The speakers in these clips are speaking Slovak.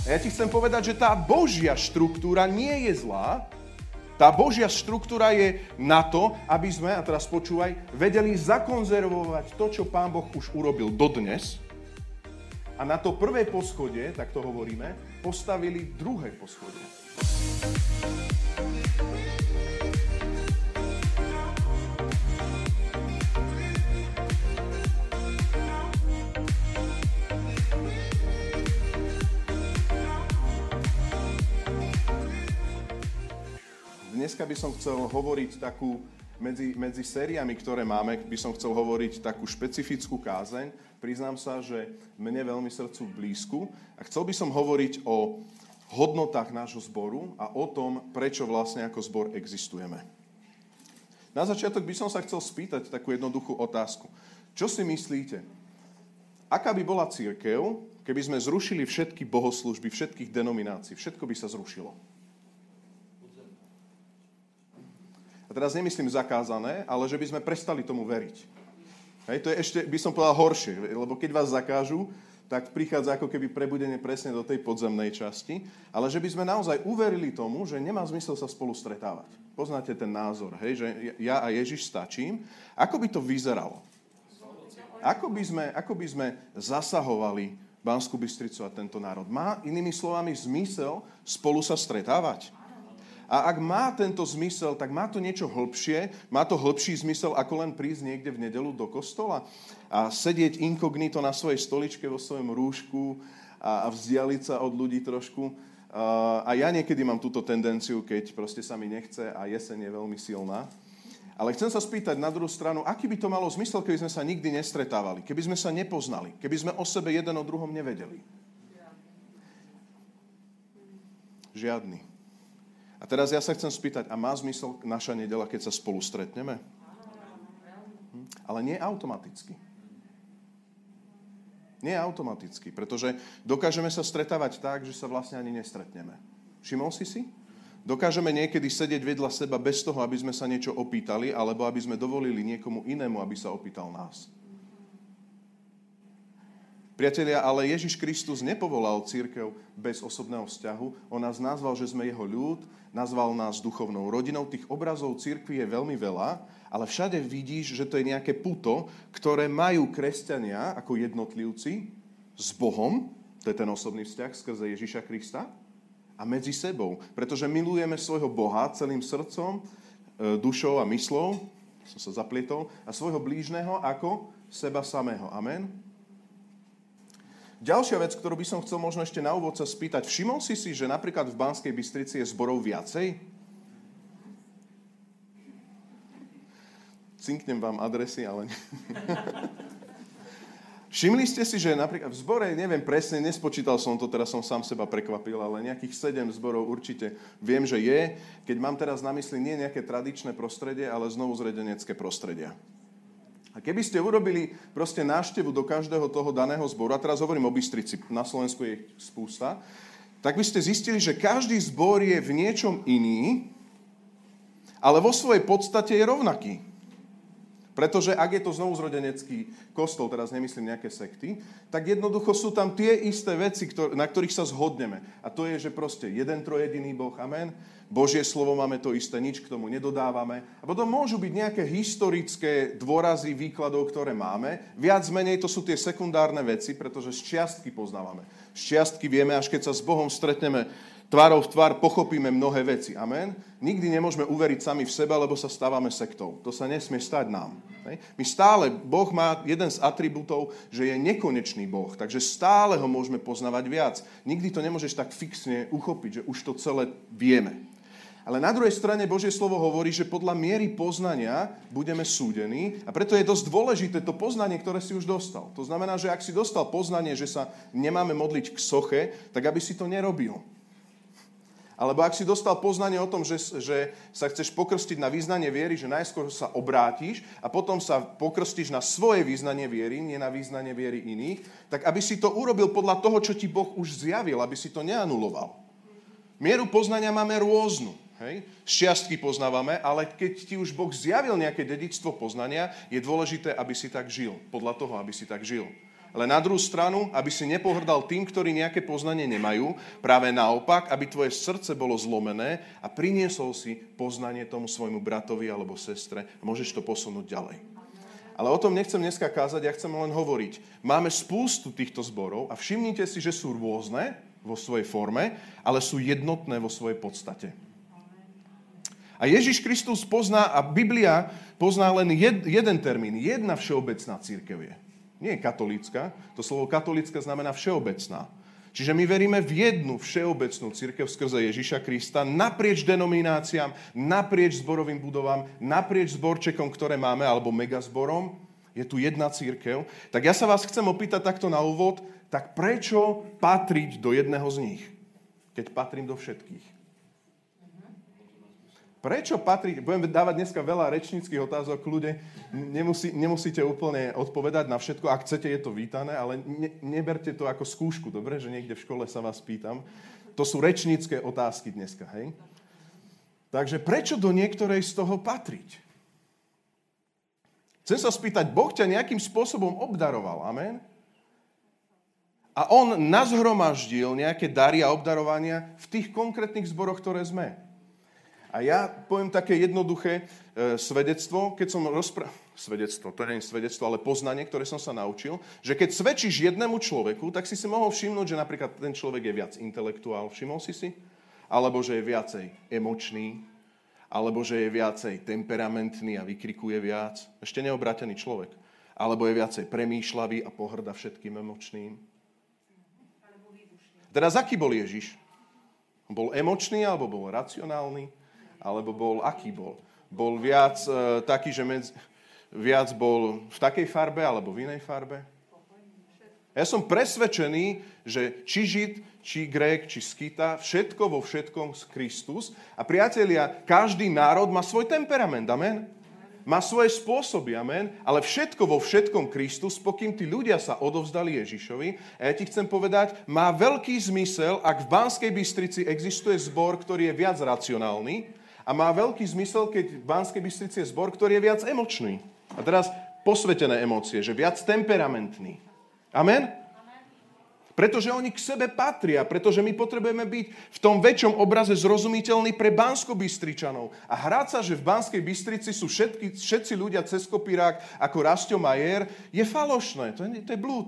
A ja ti chcem povedať, že tá Božia štruktúra nie je zlá. Tá Božia štruktúra je na to, aby sme, a teraz počúvaj, vedeli zakonzervovať to, čo Pán Boh už urobil dodnes. A na to prvé poschodie, tak to hovoríme, postavili druhé poschodie. Dneska by som chcel hovoriť takú, medzi sériami, ktoré máme, by som chcel hovoriť takú špecifickú kázeň. Priznám sa, že mne veľmi srdcu blízku. A chcel by som hovoriť o hodnotách nášho zboru a o tom, prečo vlastne ako zbor existujeme. Na začiatok by som sa chcel spýtať takú jednoduchú otázku. Čo si myslíte? Aká by bola cirkev, keby sme zrušili všetky bohoslúžby, všetkých denominácií? Všetko by sa zrušilo. Teraz nemyslím zakázané, ale že by sme prestali tomu veriť. Hej, to je ešte, by som povedal, horšie, lebo keď vás zakážu, tak prichádza ako keby prebudenie presne do tej podzemnej časti, ale že by sme naozaj uverili tomu, že nemá zmysel sa spolu stretávať. Poznáte ten názor, hej, že ja a Ježiš stačím. Ako by to vyzeralo? Ako by sme zasahovali Banskú Bystricu a tento národ? Má inými slovami zmysel spolu sa stretávať? A ak má tento zmysel, tak má to niečo hlbšie, má to hlbší zmysel, ako len prísť niekde v nedeľu do kostola a sedieť inkognito na svojej stoličke vo svojom rúšku a vzdialiť sa od ľudí trošku. A ja niekedy mám túto tendenciu, keď proste sa mi nechce a jeseň je veľmi silná. Ale chcem sa spýtať na druhú stranu, aký by to malo zmysel, keby sme sa nikdy nestretávali, keby sme sa nepoznali, keby sme o sebe jeden o druhom nevedeli. Žiadny. A teraz ja sa chcem spýtať, a má zmysel naša nedeľa, keď sa spolu stretneme? Ale nie automaticky. Nie automaticky, pretože dokážeme sa stretávať tak, že sa vlastne ani nestretneme. Všimol si? Dokážeme niekedy sedieť vedľa seba bez toho, aby sme sa niečo opýtali, alebo aby sme dovolili niekomu inému, aby sa opýtal nás. Priatelia, ale Ježiš Kristus nepovolal cirkev bez osobného vzťahu. On nás nazval, že sme jeho ľud, nazval nás duchovnou rodinou. Tých obrazov cirkvi je veľmi veľa, ale všade vidíš, že to je nejaké puto, ktoré majú kresťania ako jednotlivci s Bohom, to je ten osobný vzťah skrze Ježiša Krista, a medzi sebou. Pretože milujeme svojho Boha celým srdcom, dušou a myslou, som sa zaplietol, a svojho blížneho ako seba samého. Amen. Ďalšia vec, ktorú by som chcel možno ešte na úvod sa spýtať. Všimol si, že napríklad v Banskej Bystrici je zborov viacej? Cinknem vám adresy, ale nie. Všimli ste si, že napríklad v zbore, neviem presne, nespočítal som to, teraz som sám seba prekvapil, ale nejakých 7 zborov určite viem, že je. Keď mám teraz na mysli nie nejaké tradičné prostredie, ale znovu zredenecké prostredia. A keby ste urobili proste návštevu do každého toho daného zboru, a teraz hovorím o Bystrici, na Slovensku je ich spústa, tak by ste zistili, že každý zbor je v niečom iný, ale vo svojej podstate je rovnaký. Pretože ak je to znovuzrodenecký kostol, teraz nemyslím nejaké sekty, tak jednoducho sú tam tie isté veci, na ktorých sa zhodneme. A to je, že proste jeden trojediný Boh, amen. Božie slovo máme to isté, nič k tomu nedodávame. A potom môžu byť nejaké historické dôrazy výkladov, ktoré máme. Viac menej to sú tie sekundárne veci, pretože z čiastky poznávame. Z čiastky vieme, až keď sa s Bohom stretneme tvárou v tvár, pochopíme mnohé veci. Amen. Nikdy nemôžeme uveriť sami v seba, lebo sa stávame sektou. To sa nesmie stať nám. My stále, Boh má jeden z atribútov, že je nekonečný Boh, takže stále ho môžeme poznávať viac. Nikdy to nemôžeš tak fixne uchopiť, že už to celé vieme. Ale na druhej strane Božie slovo hovorí, že podľa miery poznania budeme súdení a preto je dosť dôležité to poznanie, ktoré si už dostal. To znamená, že ak si dostal poznanie, že sa nemáme modliť k soche, tak aby si to nerobil. Alebo ak si dostal poznanie o tom, že sa chceš pokrstiť na vyznanie viery, že najskôr sa obrátiš a potom sa pokrstíš na svoje vyznanie viery, nie na vyznanie viery iných, tak aby si to urobil podľa toho, čo ti Boh už zjavil, aby si to neanuloval. Mieru poznania máme rôznu. Hej? Z čiastky poznávame, ale keď ti už Boh zjavil nejaké dedičstvo poznania, je dôležité, aby si tak žil. Podľa toho, aby si tak žil. Ale na druhú stranu, aby si nepohrdal tým, ktorí nejaké poznanie nemajú, práve naopak, aby tvoje srdce bolo zlomené a priniesol si poznanie tomu svojmu bratovi alebo sestre a môžeš to posunúť ďalej. Ale o tom nechcem dneska kázať, ja chcem len hovoriť. Máme spústu týchto zborov a všimnite si, že sú rôzne vo svojej forme, ale sú jednotné vo svojej podstate. A Ježiš Kristus pozná, a Biblia pozná len jeden termín, jedna všeobecná cirkev je. Nie je katolícka, to slovo katolícka znamená všeobecná. Čiže my veríme v jednu všeobecnú cirkev skrze Ježiša Krista naprieč denomináciám, naprieč zborovým budovám, naprieč zborčekom, ktoré máme, alebo megazborom. Je tu jedna cirkev. Tak ja sa vás chcem opýtať takto na úvod, tak prečo patriť do jedného z nich, keď patrím do všetkých? Prečo patriť? Budem dávať dneska veľa rečníckych otázok, ľudia. Nemusíte úplne odpovedať na všetko. Ak chcete, je to vítané, ale neberte to ako skúšku, dobre? Že niekde v škole sa vás pýtam. To sú rečnícke otázky dneska, hej? Takže prečo do niektorej z toho patriť? Chcem sa spýtať, Boh ťa nejakým spôsobom obdaroval, amen? A on nazhromaždil nejaké dary a obdarovania v tých konkrétnych zboroch, ktoré sme. A ja poviem také jednoduché svedectvo, keď som svedectvo, to nie je svedectvo, ale poznanie, ktoré som sa naučil, že keď svedčíš jednému človeku, tak si mohol všimnúť, že napríklad ten človek je viac intelektuál, všimol si si? Alebo že je viacej emočný, alebo že je viacej temperamentný a vykrikuje viac. Ešte neobrátený človek. Alebo je viacej premýšľavý a pohŕda všetkým emočným. Teraz aký bol Ježiš? Bol emočný, alebo bol racionálny? Alebo bol, aký bol? Bol viac taký, že viac bol v takej farbe, alebo v inej farbe? Ja som presvedčený, že či Žid, či Grék, či Skita, všetko vo všetkom Kristus. A priatelia, každý národ má svoj temperament, amen? Má svoje spôsoby, amen? Ale všetko vo všetkom Kristus, pokým tí ľudia sa odovzdali Ježišovi. A ja ti chcem povedať, má veľký zmysel, ak v Banskej Bystrici existuje zbor, ktorý je viac racionálny, a má veľký zmysel, keď v Banskej Bystrici je zbor, ktorý je viac emočný. A teraz posvetené emócie, že viac temperamentný. Amen? Pretože oni k sebe patria, pretože my potrebujeme byť v tom väčšom obraze zrozumiteľný pre Banskobystričanov. A hrať sa, že v Banskej Bystrici sú všetci ľudia cez kopírák ako Rastio Majer, je falošné, to je blúd.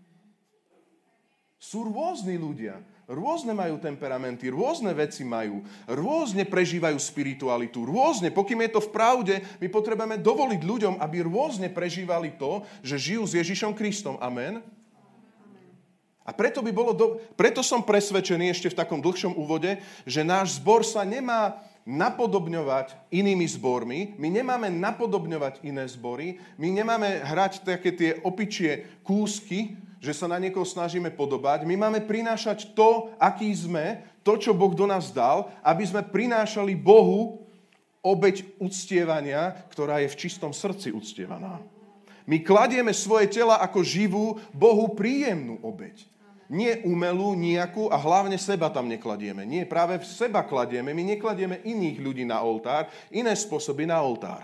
Sú rôzni ľudia. Rôzne majú temperamenty, rôzne veci majú, rôzne prežívajú spiritualitu, rôzne, pokým je to v pravde, my potrebujeme dovoliť ľuďom, aby rôzne prežívali to, že žijú s Ježišom Kristom. Amen? A preto som presvedčený ešte v takom dlhšom úvode, že náš zbor sa nemá napodobňovať inými zbormi, my nemáme napodobňovať iné zbory, my nemáme hrať také tie opičie kúsky, že sa na niekoho snažíme podobať. My máme prinášať to, aký sme, to, čo Boh do nás dal, aby sme prinášali Bohu obeť uctievania, ktorá je v čistom srdci uctievaná. My kladieme svoje tela ako živú, Bohu príjemnú obeť. Nie umelú, nejakú a hlavne seba tam nekladieme. Nie, práve seba kladieme. My nekladieme iných ľudí na oltár, iné spôsoby na oltár.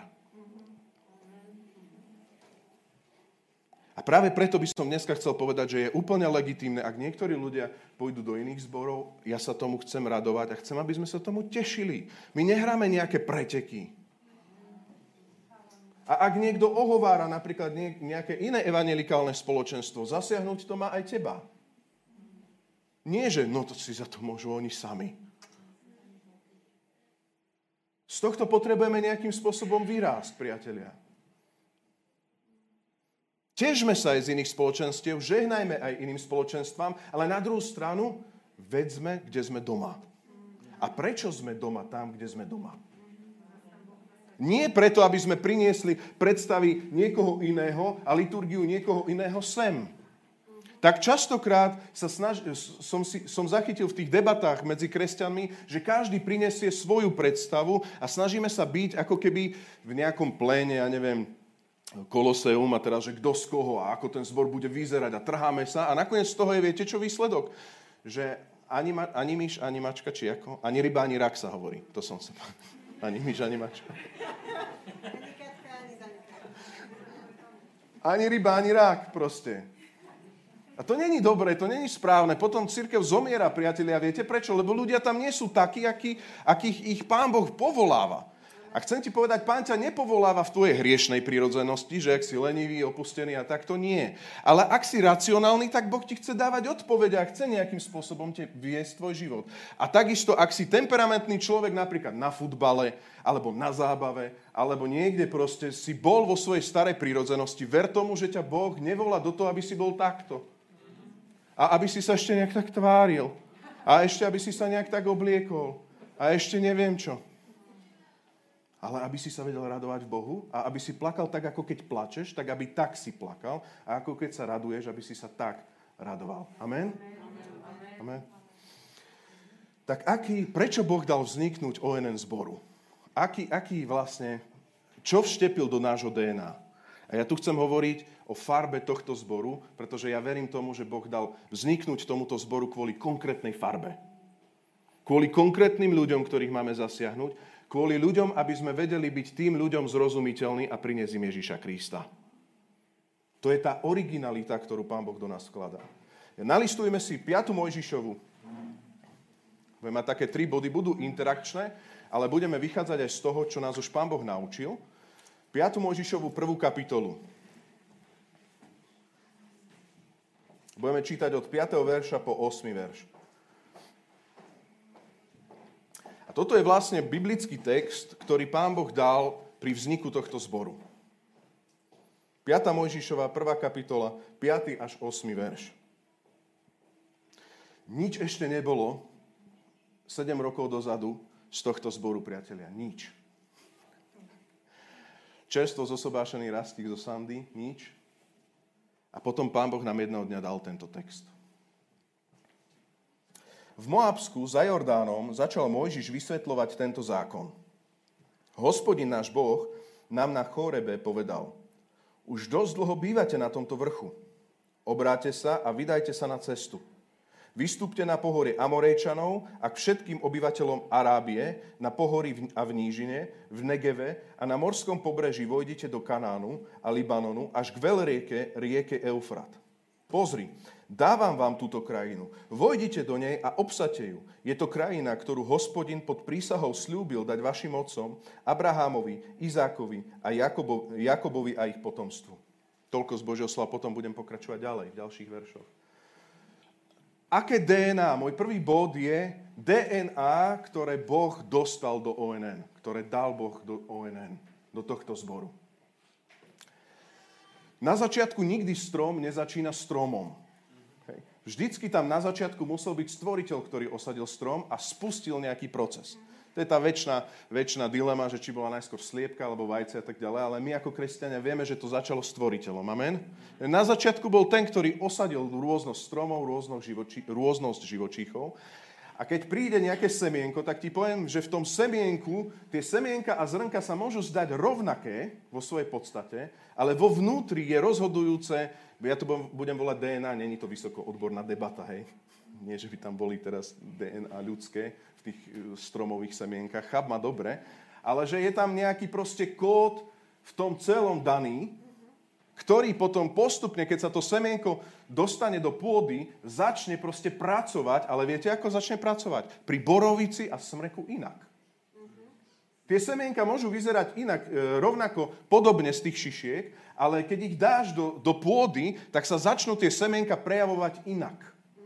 A práve preto by som dneska chcel povedať, že je úplne legitímne, ak niektorí ľudia pôjdu do iných zborov, ja sa tomu chcem radovať a chcem, aby sme sa tomu tešili. My nehráme nejaké preteky. A ak niekto ohovára napríklad nejaké iné evanjelikálne spoločenstvo, zasiahnuť to má aj teba. Nie, že no to si za to môžu oni sami. Z tohto potrebujeme nejakým spôsobom vyrásť, priatelia. Težme sa aj z iných spoločenstiev, žehnajme aj iným spoločenstvám, ale na druhú stranu vedzme, kde sme doma. A prečo sme doma tam, kde sme doma? Nie preto, aby sme priniesli predstavy niekoho iného a liturgiu niekoho iného sem. Tak častokrát som zachytil v tých debatách medzi kresťanmi, že každý prinesie svoju predstavu a snažíme sa byť ako keby v nejakom pléne, ja neviem, Koloseum a teraz, že kto z koho a ako ten zbor bude vyzerať a trháme sa a nakoniec z toho je, viete čo výsledok? Že ani myš, ani mačka, či ako? Ani ryba, ani rak sa hovorí. To som sa... Ani myš, ani mačka. Ani ryba, ani rak proste. A to není dobré, to není správne. Potom cirkev zomiera, priatelia. Viete prečo? Lebo ľudia tam nie sú takí, akých ich Pán Boh povoláva. A chcem ti povedať, Pán ťa nepovoláva v tvojej hriešnej prírodzenosti, že ak si lenivý, opustený a tak, to nie. Ale ak si racionálny, tak Boh ti chce dávať odpovede a chce nejakým spôsobom te viesť tvoj život. A takisto, ak si temperamentný človek napríklad na futbale, alebo na zábave, alebo niekde proste si bol vo svojej starej prírodzenosti, ver tomu, že ťa Boh nevolá do toho, aby si bol takto. A aby si sa ešte nejak tak tváril. A ešte, aby si sa nejak tak obliekol. A ešte neviem čo. Ale aby si sa vedel radovať v Bohu a aby si plakal tak, ako keď plačeš, tak aby tak si plakal a ako keď sa raduješ, aby si sa tak radoval. Amen? Amen. Tak prečo Boh dal vzniknúť ONN zboru? Čo vštepil do nášho DNA? A ja tu chcem hovoriť o farbe tohto zboru, pretože ja verím tomu, že Boh dal vzniknúť tomuto zboru kvôli konkrétnej farbe. Kvôli konkrétnym ľuďom, ktorých máme zasiahnuť, kvôli ľuďom, aby sme vedeli byť tým ľuďom zrozumiteľní a priniesť im Ježiša Krista. To je tá originalita, ktorú Pán Boh do nás vkladá. Nalistujme si 5. Mojžišovu. Budeme mať také 3 body, budú interakčné, ale budeme vychádzať aj z toho, čo nás už Pán Boh naučil. 5. Mojžišovu 1. kapitolu. Budeme čítať od 5. verša po 8. verš. A toto je vlastne biblický text, ktorý Pán Boh dal pri vzniku tohto zboru. 5. Mojžišova, 1. kapitola, 5. až 8. verš. Nič ešte nebolo 7 rokov dozadu z tohto zboru, priatelia. Nič. Čerstvo zosobášený rastík zo sandy, nič. A potom Pán Boh nám jedného dňa dal tento text. V Moabsku za Jordánom začal Mojžiš vysvetľovať tento zákon. Hospodin náš Boh nám na Chórebe povedal: Už dosť dlho bývate na tomto vrchu. Obráťte sa a vydajte sa na cestu. Vystúpte na pohorie Amorejčanov a k všetkým obyvateľom Arábie, na pohorí a v nížine, v Negeve a na morskom pobreží vojdite do Kanánu a Libanonu až k veľrieke, rieke Eufrat. Pozri, dávam vám túto krajinu. Vojdite do nej a obsaďte ju. Je to krajina, ktorú Hospodin pod prísahou sľúbil dať vašim otcom, Abrahámovi, Izákovi a Jakobovi a ich potomstvu. Toľko z Božieho slova, potom budem pokračovať ďalej v ďalších veršoch. Aké DNA? Môj prvý bod je DNA, ktoré Boh dostal do ONN. Ktoré dal Boh do ONN, do tohto zboru. Na začiatku nikdy strom nezačína stromom. Vždycky tam na začiatku musel byť stvoriteľ, ktorý osadil strom a spustil nejaký proces. To je tá večná dilema, že či bola najskôr sliepka alebo vajce a tak ďalej, ale my ako kresťania vieme, že to začalo stvoriteľom. Amen? Na začiatku bol ten, ktorý osadil rôznosť stromov, rôznosť živočíchov. A keď príde nejaké semienko, tak ti poviem, že v tom semienku tie semienka a zrnka sa môžu zdať rovnaké vo svojej podstate, ale vo vnútri je rozhodujúce, ja to budem volať DNA, není to vysoko odborná debata, hej. Nie, že by tam boli teraz DNA ľudské v tých stromových semienkach, cháp ma dobre, ale že je tam nejaký proste kód v tom celom daný, ktorý potom postupne, keď sa to semienko dostane do pôdy, začne proste pracovať, ale viete, ako začne pracovať? Pri borovici a smreku inak. Tie semienka môžu vyzerať inak, rovnako podobne z tých šišiek, ale keď ich dáš do pôdy, tak sa začnú tie semienka prejavovať inak.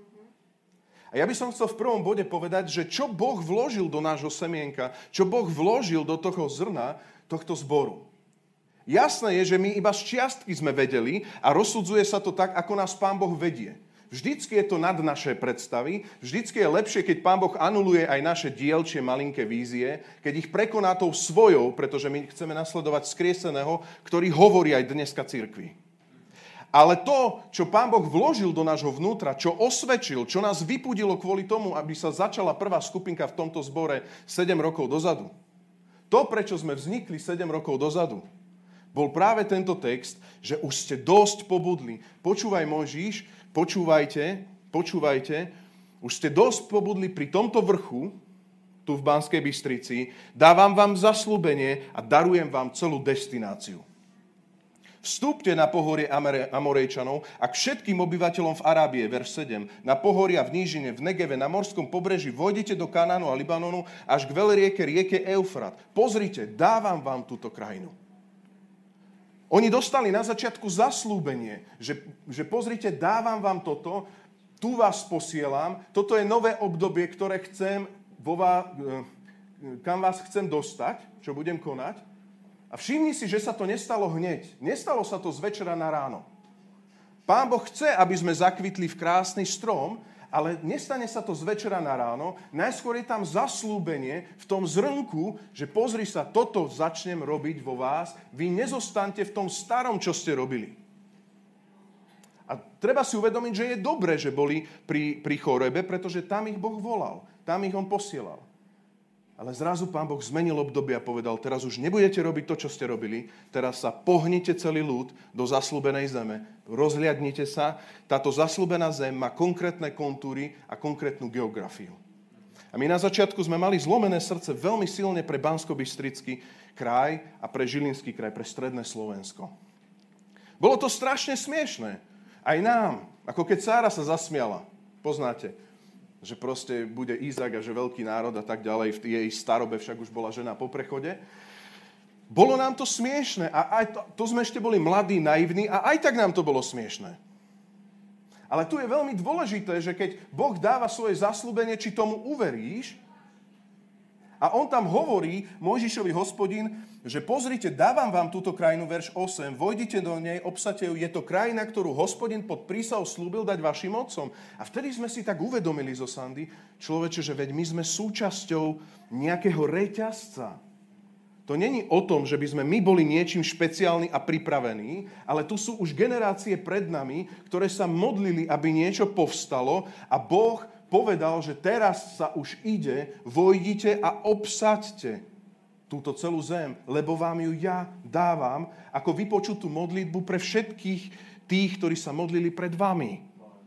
A ja by som chcel v prvom bode povedať, že čo Boh vložil do nášho semienka, čo Boh vložil do toho zrna tohto zboru. Jasné je, že my iba z čiastky sme vedeli a rozsudzuje sa to tak, ako nás Pán Boh vedie. Vždycky je to nad naše predstavy, vždycky je lepšie, keď Pán Boh anuluje aj naše dielčie malinké vízie, keď ich prekoná tou svojou, pretože my chceme nasledovať skrieseného, ktorý hovorí aj dneska cirkvi. Ale to, čo Pán Boh vložil do nášho vnútra, čo osvedčil, čo nás vypudilo kvôli tomu, aby sa začala prvá skupinka v tomto zbore 7 rokov dozadu. To, prečo sme vznikli 7 rokov dozadu, bol práve tento text, že už ste dosť pobudli. Počúvaj, Mojžiš, počúvajte, už ste dosť pobudli pri tomto vrchu, tu v Banskej Bystrici, dávam vám zasľúbenie a darujem vám celú destináciu. V Vstúpte na pohorie Amorejčanov a k všetkým obyvateľom v Arábie, verš 7, na pohoria v nížine, v Negeve, na morskom pobreží, vojdite do Kanánu a Libanonu až k veľrieke, rieke Eufrat. Pozrite, dávam vám túto krajinu. Oni dostali na začiatku zaslúbenie, že pozrite, dávam vám toto, tu vás posielam, toto je nové obdobie, ktoré chcem kam vás chcem dostať, čo budem konať. A všimni si, že sa to nestalo hneď. Nestalo sa to z večera na ráno. Pán Boh chce, aby sme zakvitli v krásny strom, ale nestane sa to z večera na ráno. Najskôr je tam zaslúbenie v tom zrnku, že pozri sa, toto začnem robiť vo vás. Vy nezostanete v tom starom, čo ste robili. A treba si uvedomiť, že je dobré, že boli pri Chorebe, pretože tam ich Boh volal. Tam ich on posielal. Ale zrazu Pán Boh zmenil obdobie a povedal, teraz už nebudete robiť to, čo ste robili, teraz sa pohnite celý ľud do zasľúbenej zeme, rozhliadnite sa, táto zasľúbená zem má konkrétne kontúry a konkrétnu geografiu. A my na začiatku sme mali zlomené srdce veľmi silne pre Banskobystrický kraj a pre Žilinský kraj, pre stredné Slovensko. Bolo to strašne smiešné. Aj nám, ako keď Sára sa zasmiala, poznáte, že proste bude Izák a že veľký národ a tak ďalej. V jej starobe však už bola žena po prechode. Bolo nám to smiešné a aj to sme ešte boli mladí, naivní a aj tak nám to bolo smiešné. Ale tu je veľmi dôležité, že keď Boh dáva svoje zasľúbenie, či tomu uveríš, a on tam hovorí Mojžišovi Hospodin, že pozrite, dávam vám túto krajinu, verš 8, vojdite do nej, obsadte ju, je to krajina, ktorú Hospodin pod prísahou slúbil dať vašim otcom. A vtedy sme si tak uvedomili zo Sandy, človeče, že veď my sme súčasťou nejakého reťazca. To není o tom, že by sme my boli niečím špeciálni a pripravení, ale tu sú už generácie pred nami, ktoré sa modlili, aby niečo povstalo a Boh povedal, že teraz sa už ide, vojdite a obsaďte túto celú zem, lebo vám ju ja dávam ako vypočutú modlitbu pre všetkých tých, ktorí sa modlili pred vami.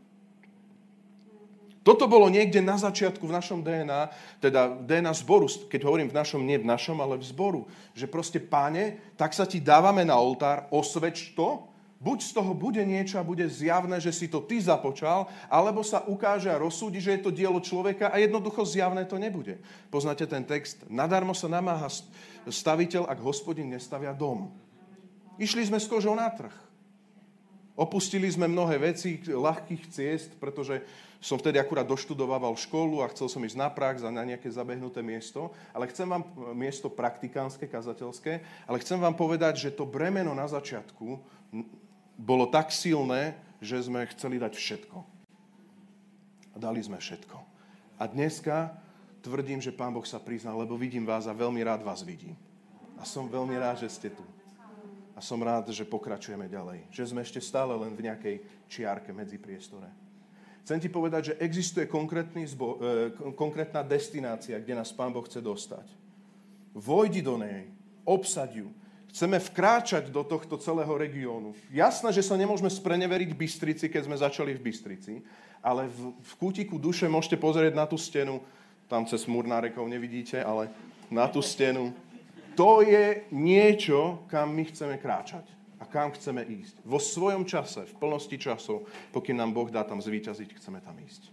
Toto bolo niekde na začiatku v našom DNA, teda DNA zboru, keď hovorím v našom, nie v našom, ale v zboru, že proste, Páne, tak sa ti dávame na oltár, osvedč to, buď z toho bude niečo a bude zjavné, že si to ty započal, alebo sa ukáže a rozsúdi, že je to dielo človeka a jednoducho zjavné to nebude. Poznáte ten text? Nadarmo sa namáha staviteľ, ak Hospodin nestavia dom. Išli sme s kožou na trh. Opustili sme mnohé veci, ľahkých ciest, pretože som vtedy akurát doštudovával školu a chcel som ísť na prax a na nejaké zabehnuté miesto, ale chcem vám, miesto praktikánske, kazateľské, ale chcem vám povedať, že to bremeno na začiatku bolo tak silné, že sme chceli dať všetko. A dali sme všetko. A dneska tvrdím, že Pán Boh sa priznal, lebo vidím vás a veľmi rád vás vidím. A som veľmi rád, že ste tu. A som rád, že pokračujeme ďalej. Že sme ešte stále len v nejakej čiarke medzi priestore. Chcem ti povedať, že existuje konkrétna destinácia, kde nás Pán Boh chce dostať. Vojdi do nej, obsaď ju. Chceme vkráčať do tohto celého regiónu. Jasné, že sa nemôžeme spreneveriť v Bystrici, keď sme začali v Bystrici, ale v kútiku duše môžete pozrieť na tú stenu, tam cez múr nárekov nevidíte, ale na tú stenu. To je niečo, kam my chceme kráčať a kam chceme ísť. Vo svojom čase, v plnosti časov, pokým nám Boh dá tam zvíťaziť, chceme tam ísť.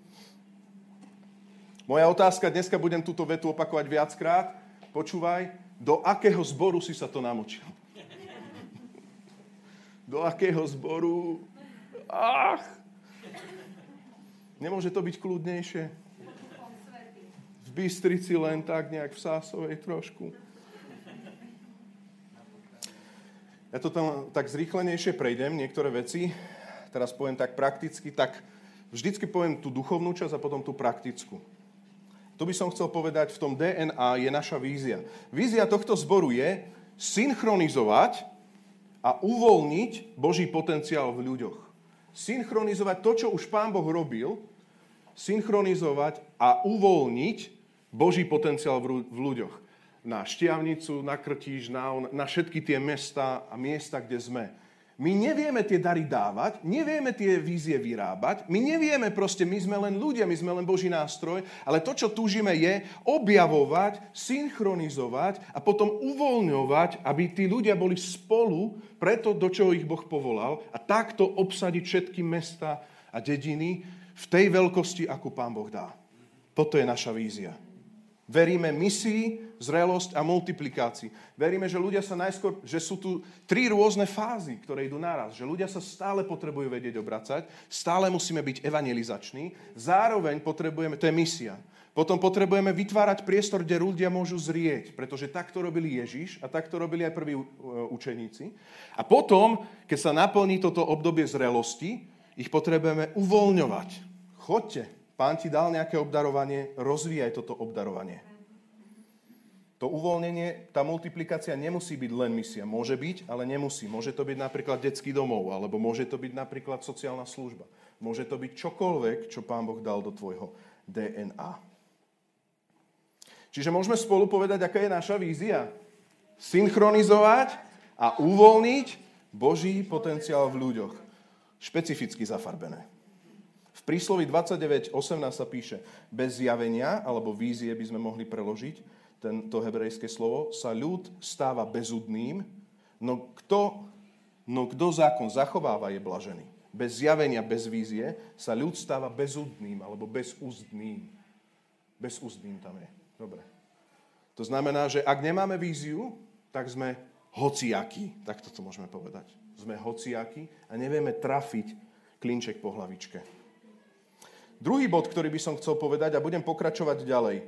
Moja otázka, dneska budem túto vetu opakovať viackrát. Počúvaj, do akého zboru si sa to namočil? Do akého zboru? Nemôže to byť kľudnejšie? V Bystrici len tak, nejak v Sásovej trošku. Ja to tam tak zrýchlenejšie prejdem, niektoré veci. Teraz poviem tak prakticky, tak vždycky poviem tú duchovnú časť a potom tú praktickú. To by som chcel povedať, v tom DNA je naša vízia. Vízia tohto zboru je synchronizovať a uvoľniť Boží potenciál v ľuďoch. Synchronizovať to, čo už Pán Boh robil, synchronizovať a uvoľniť Boží potenciál v ľuďoch. Na Štiavnicu, na Krtíž, na všetky tie mesta a miesta, kde sme. My nevieme tie dary dávať, nevieme tie vízie vyrábať, my nevieme proste, my sme len ľudia, my sme len Boží nástroj, ale to, čo túžime, je objavovať, synchronizovať a potom uvoľňovať, aby tí ľudia boli spolu preto, do čoho ich Boh povolal a takto obsadiť všetky mesta a dediny v tej veľkosti, akú Pán Boh dá. Toto je naša vízia. Veríme misii, zrelosť a multiplikácii. Veríme, že ľudia sa najskôr, že sú tu 3 rôzne fázy, ktoré idú naraz. Že ľudia sa stále potrebujú vedieť obracať, stále musíme byť evangelizační, zároveň potrebujeme, to je misia, potom potrebujeme vytvárať priestor, kde ľudia môžu zrieť, pretože takto robili Ježiš a takto robili aj prví učeníci. A potom, keď sa naplní toto obdobie zrelosti, ich potrebujeme uvoľňovať. Choďte. Pán ti dal nejaké obdarovanie, rozvíjaj toto obdarovanie. To uvoľnenie, tá multiplikácia nemusí byť len misia. Môže byť, ale nemusí. Môže to byť napríklad detský domov, alebo môže to byť napríklad sociálna služba. Môže to byť čokoľvek, čo Pán Boh dal do tvojho DNA. Čiže môžeme spolu povedať, aká je naša vízia. Synchronizovať a uvoľniť Boží potenciál v ľuďoch. Špecificky zafarbené. V prísloví 29.18 sa píše, bez zjavenia, alebo vízie by sme mohli preložiť, to hebrejské slovo, sa ľud stáva bezúdnym, no kto zákon zachováva, je blažený. Bez zjavenia, bez vízie sa ľud stáva bezúdnym, alebo bezúzdným. Bezúzdným tam je. Dobre. To znamená, že ak nemáme víziu, tak sme hociakí. Tak toto môžeme povedať. Sme hociakí a nevieme trafiť klinček po hlavičke. Druhý bod, ktorý by som chcel povedať a budem pokračovať ďalej.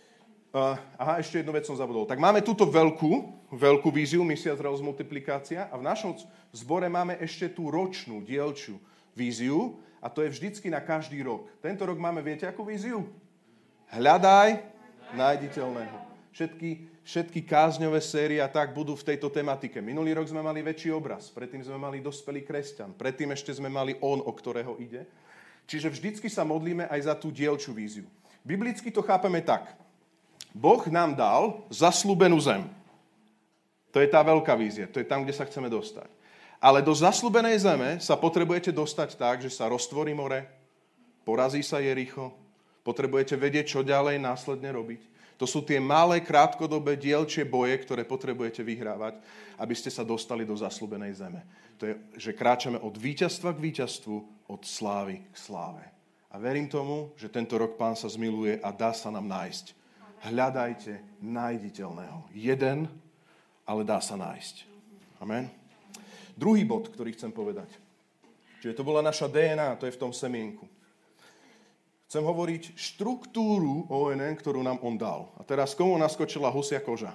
Ešte jednu vec som zabudol. Tak máme túto veľkú víziu, misia, zrelosť, multiplikácia a v našom zbore máme ešte tú ročnú, dielčiu víziu a to je vždycky na každý rok. Tento rok máme, viete, akú víziu? Hľadaj nájditeľného. Všetky kázňové série a tak budú v tejto tematike. Minulý rok sme mali väčší obraz, predtým sme mali dospelý kresťan, predtým ešte sme mali on, o ktorého ide. Čiže vždycky sa modlíme aj za tú dielčú víziu. Biblicky to chápeme tak. Boh nám dal zasľúbenú zem. To je tá veľká vízia, to je tam, kde sa chceme dostať. Ale do zasľúbenej zeme sa potrebujete dostať tak, že sa roztvorí more, porazí sa Jericho, potrebujete vedieť, čo ďalej následne robiť. To sú tie malé, krátkodobé, dielčie boje, ktoré potrebujete vyhrávať, aby ste sa dostali do zasľúbenej zeme. To je, že kráčame od víťazstva k víťazstvu, od slávy k sláve. A verím tomu, že tento rok Pán sa zmiluje a dá sa nám nájsť. Hľadajte nájditeľného. Jeden, ale dá sa nájsť. Amen. Druhý bod, ktorý chcem povedať. Čiže to bola naša DNA, to je v tom semienku. Chcem hovoriť štruktúru ONN, ktorú nám on dal. A teraz komu naskočila husia koža?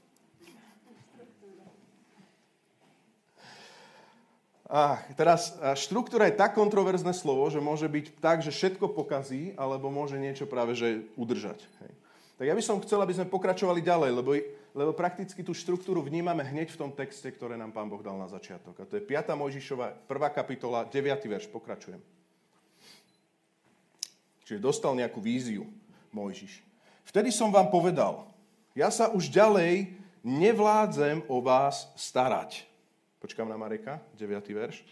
Teraz štruktúra je tak kontroverzné slovo, že môže byť tak, že všetko pokazí, alebo môže niečo práve že udržať. Hej. Tak ja by som chcel, aby sme pokračovali ďalej, lebo prakticky tú štruktúru vnímame hneď v tom texte, ktoré nám Pán Boh dal na začiatok. A to je 5. Mojžišova, 1. kapitola, 9. verš. Pokračujem. Čiže dostal nejakú víziu Mojžiš. Vtedy som vám povedal, ja sa už ďalej nevládzem o vás starať. Počkám na Mareka, 9. verš.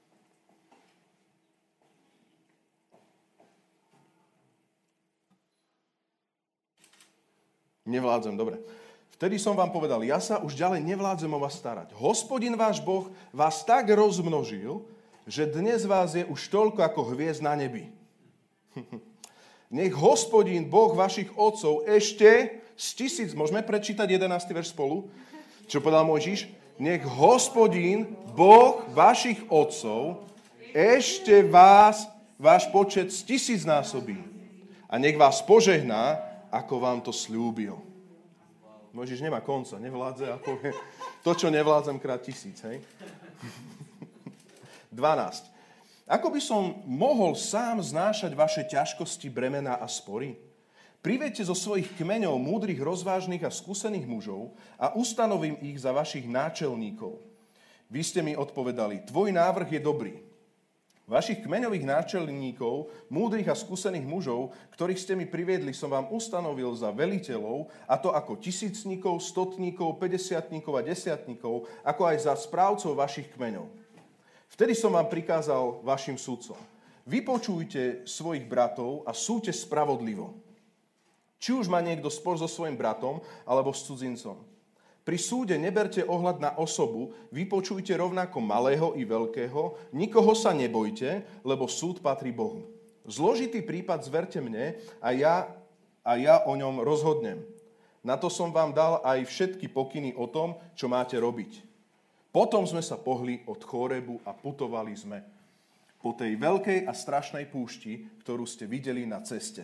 Nevládzem, dobre. Vtedy som vám povedal, ja sa už ďalej nevládzem o vás starať. Hospodin váš Boh vás tak rozmnožil, že dnes vás je už toľko ako hviezd na nebi. Nech Hospodin, Boh vašich otcov, ešte z 1000, môžeme prečítať 11. verš spolu, čo povedal Mojžiš? Nech Hospodin, Boh vašich otcov, ešte váš počet z 1000 násobí. A nech vás požehná, ako vám to sľúbil. Mojžiš nemá konca, nevládze ako to, čo nevládzem krát 1000, hej? 12. Ako by som mohol sám znášať vaše ťažkosti, bremená a spory? Privedte zo svojich kmeňov múdrych, rozvážnych a skúsených mužov a ustanovím ich za vašich náčelníkov. Vy ste mi odpovedali, tvoj návrh je dobrý. Vašich kmeňových náčelníkov, múdrych a skúsených mužov, ktorých ste mi priviedli, som vám ustanovil za veliteľov, a to ako 1000-tníkov, 100-tníkov, 50-tníkov a 10-tníkov, ako aj za správcov vašich kmeňov. Vtedy som vám prikázal vašim sudcom. Vypočujte svojich bratov a súďte spravodlivo. Či už má niekto spor so svojim bratom alebo s cudzincom. Pri súde neberte ohľad na osobu, vypočujte rovnako malého i veľkého, nikoho sa nebojte, lebo súd patrí Bohu. Zložitý prípad zverte mne a ja o ňom rozhodnem. Na to som vám dal aj všetky pokyny o tom, čo máte robiť. Potom sme sa pohli od Chórebu a putovali sme po tej veľkej a strašnej púšti, ktorú ste videli na ceste.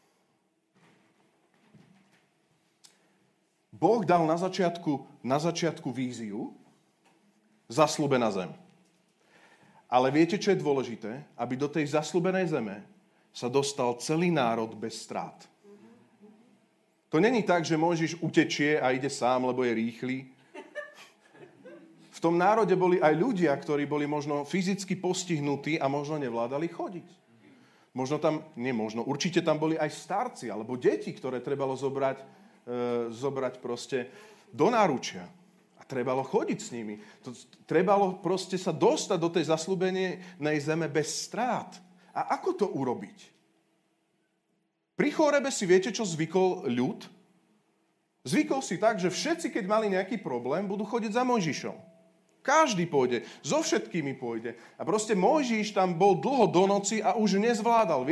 Boh dal na začiatku víziu zasľúbená zem. Ale viete, čo je dôležité? Aby do tej zasľúbenej zeme sa dostal celý národ bez strát. To není tak, že Mojžiš utečie a ide sám, lebo je rýchly. V tom národe boli aj ľudia, ktorí boli možno fyzicky postihnutí a možno nevládali chodiť. Určite tam boli aj starci alebo deti, ktoré trebalo zobrať proste do náručia. A trebalo chodiť s nimi. Trebalo proste sa dostať do tej zasľúbenej zeme bez strát. A ako to urobiť? Pri Chórebe si viete, čo zvykol ľud? Zvykol si tak, že všetci, keď mali nejaký problém, budú chodiť za Mojžišom. Každý pôjde, so všetkými pôjde. A proste Mojžiš tam bol dlho do noci a už nezvládal.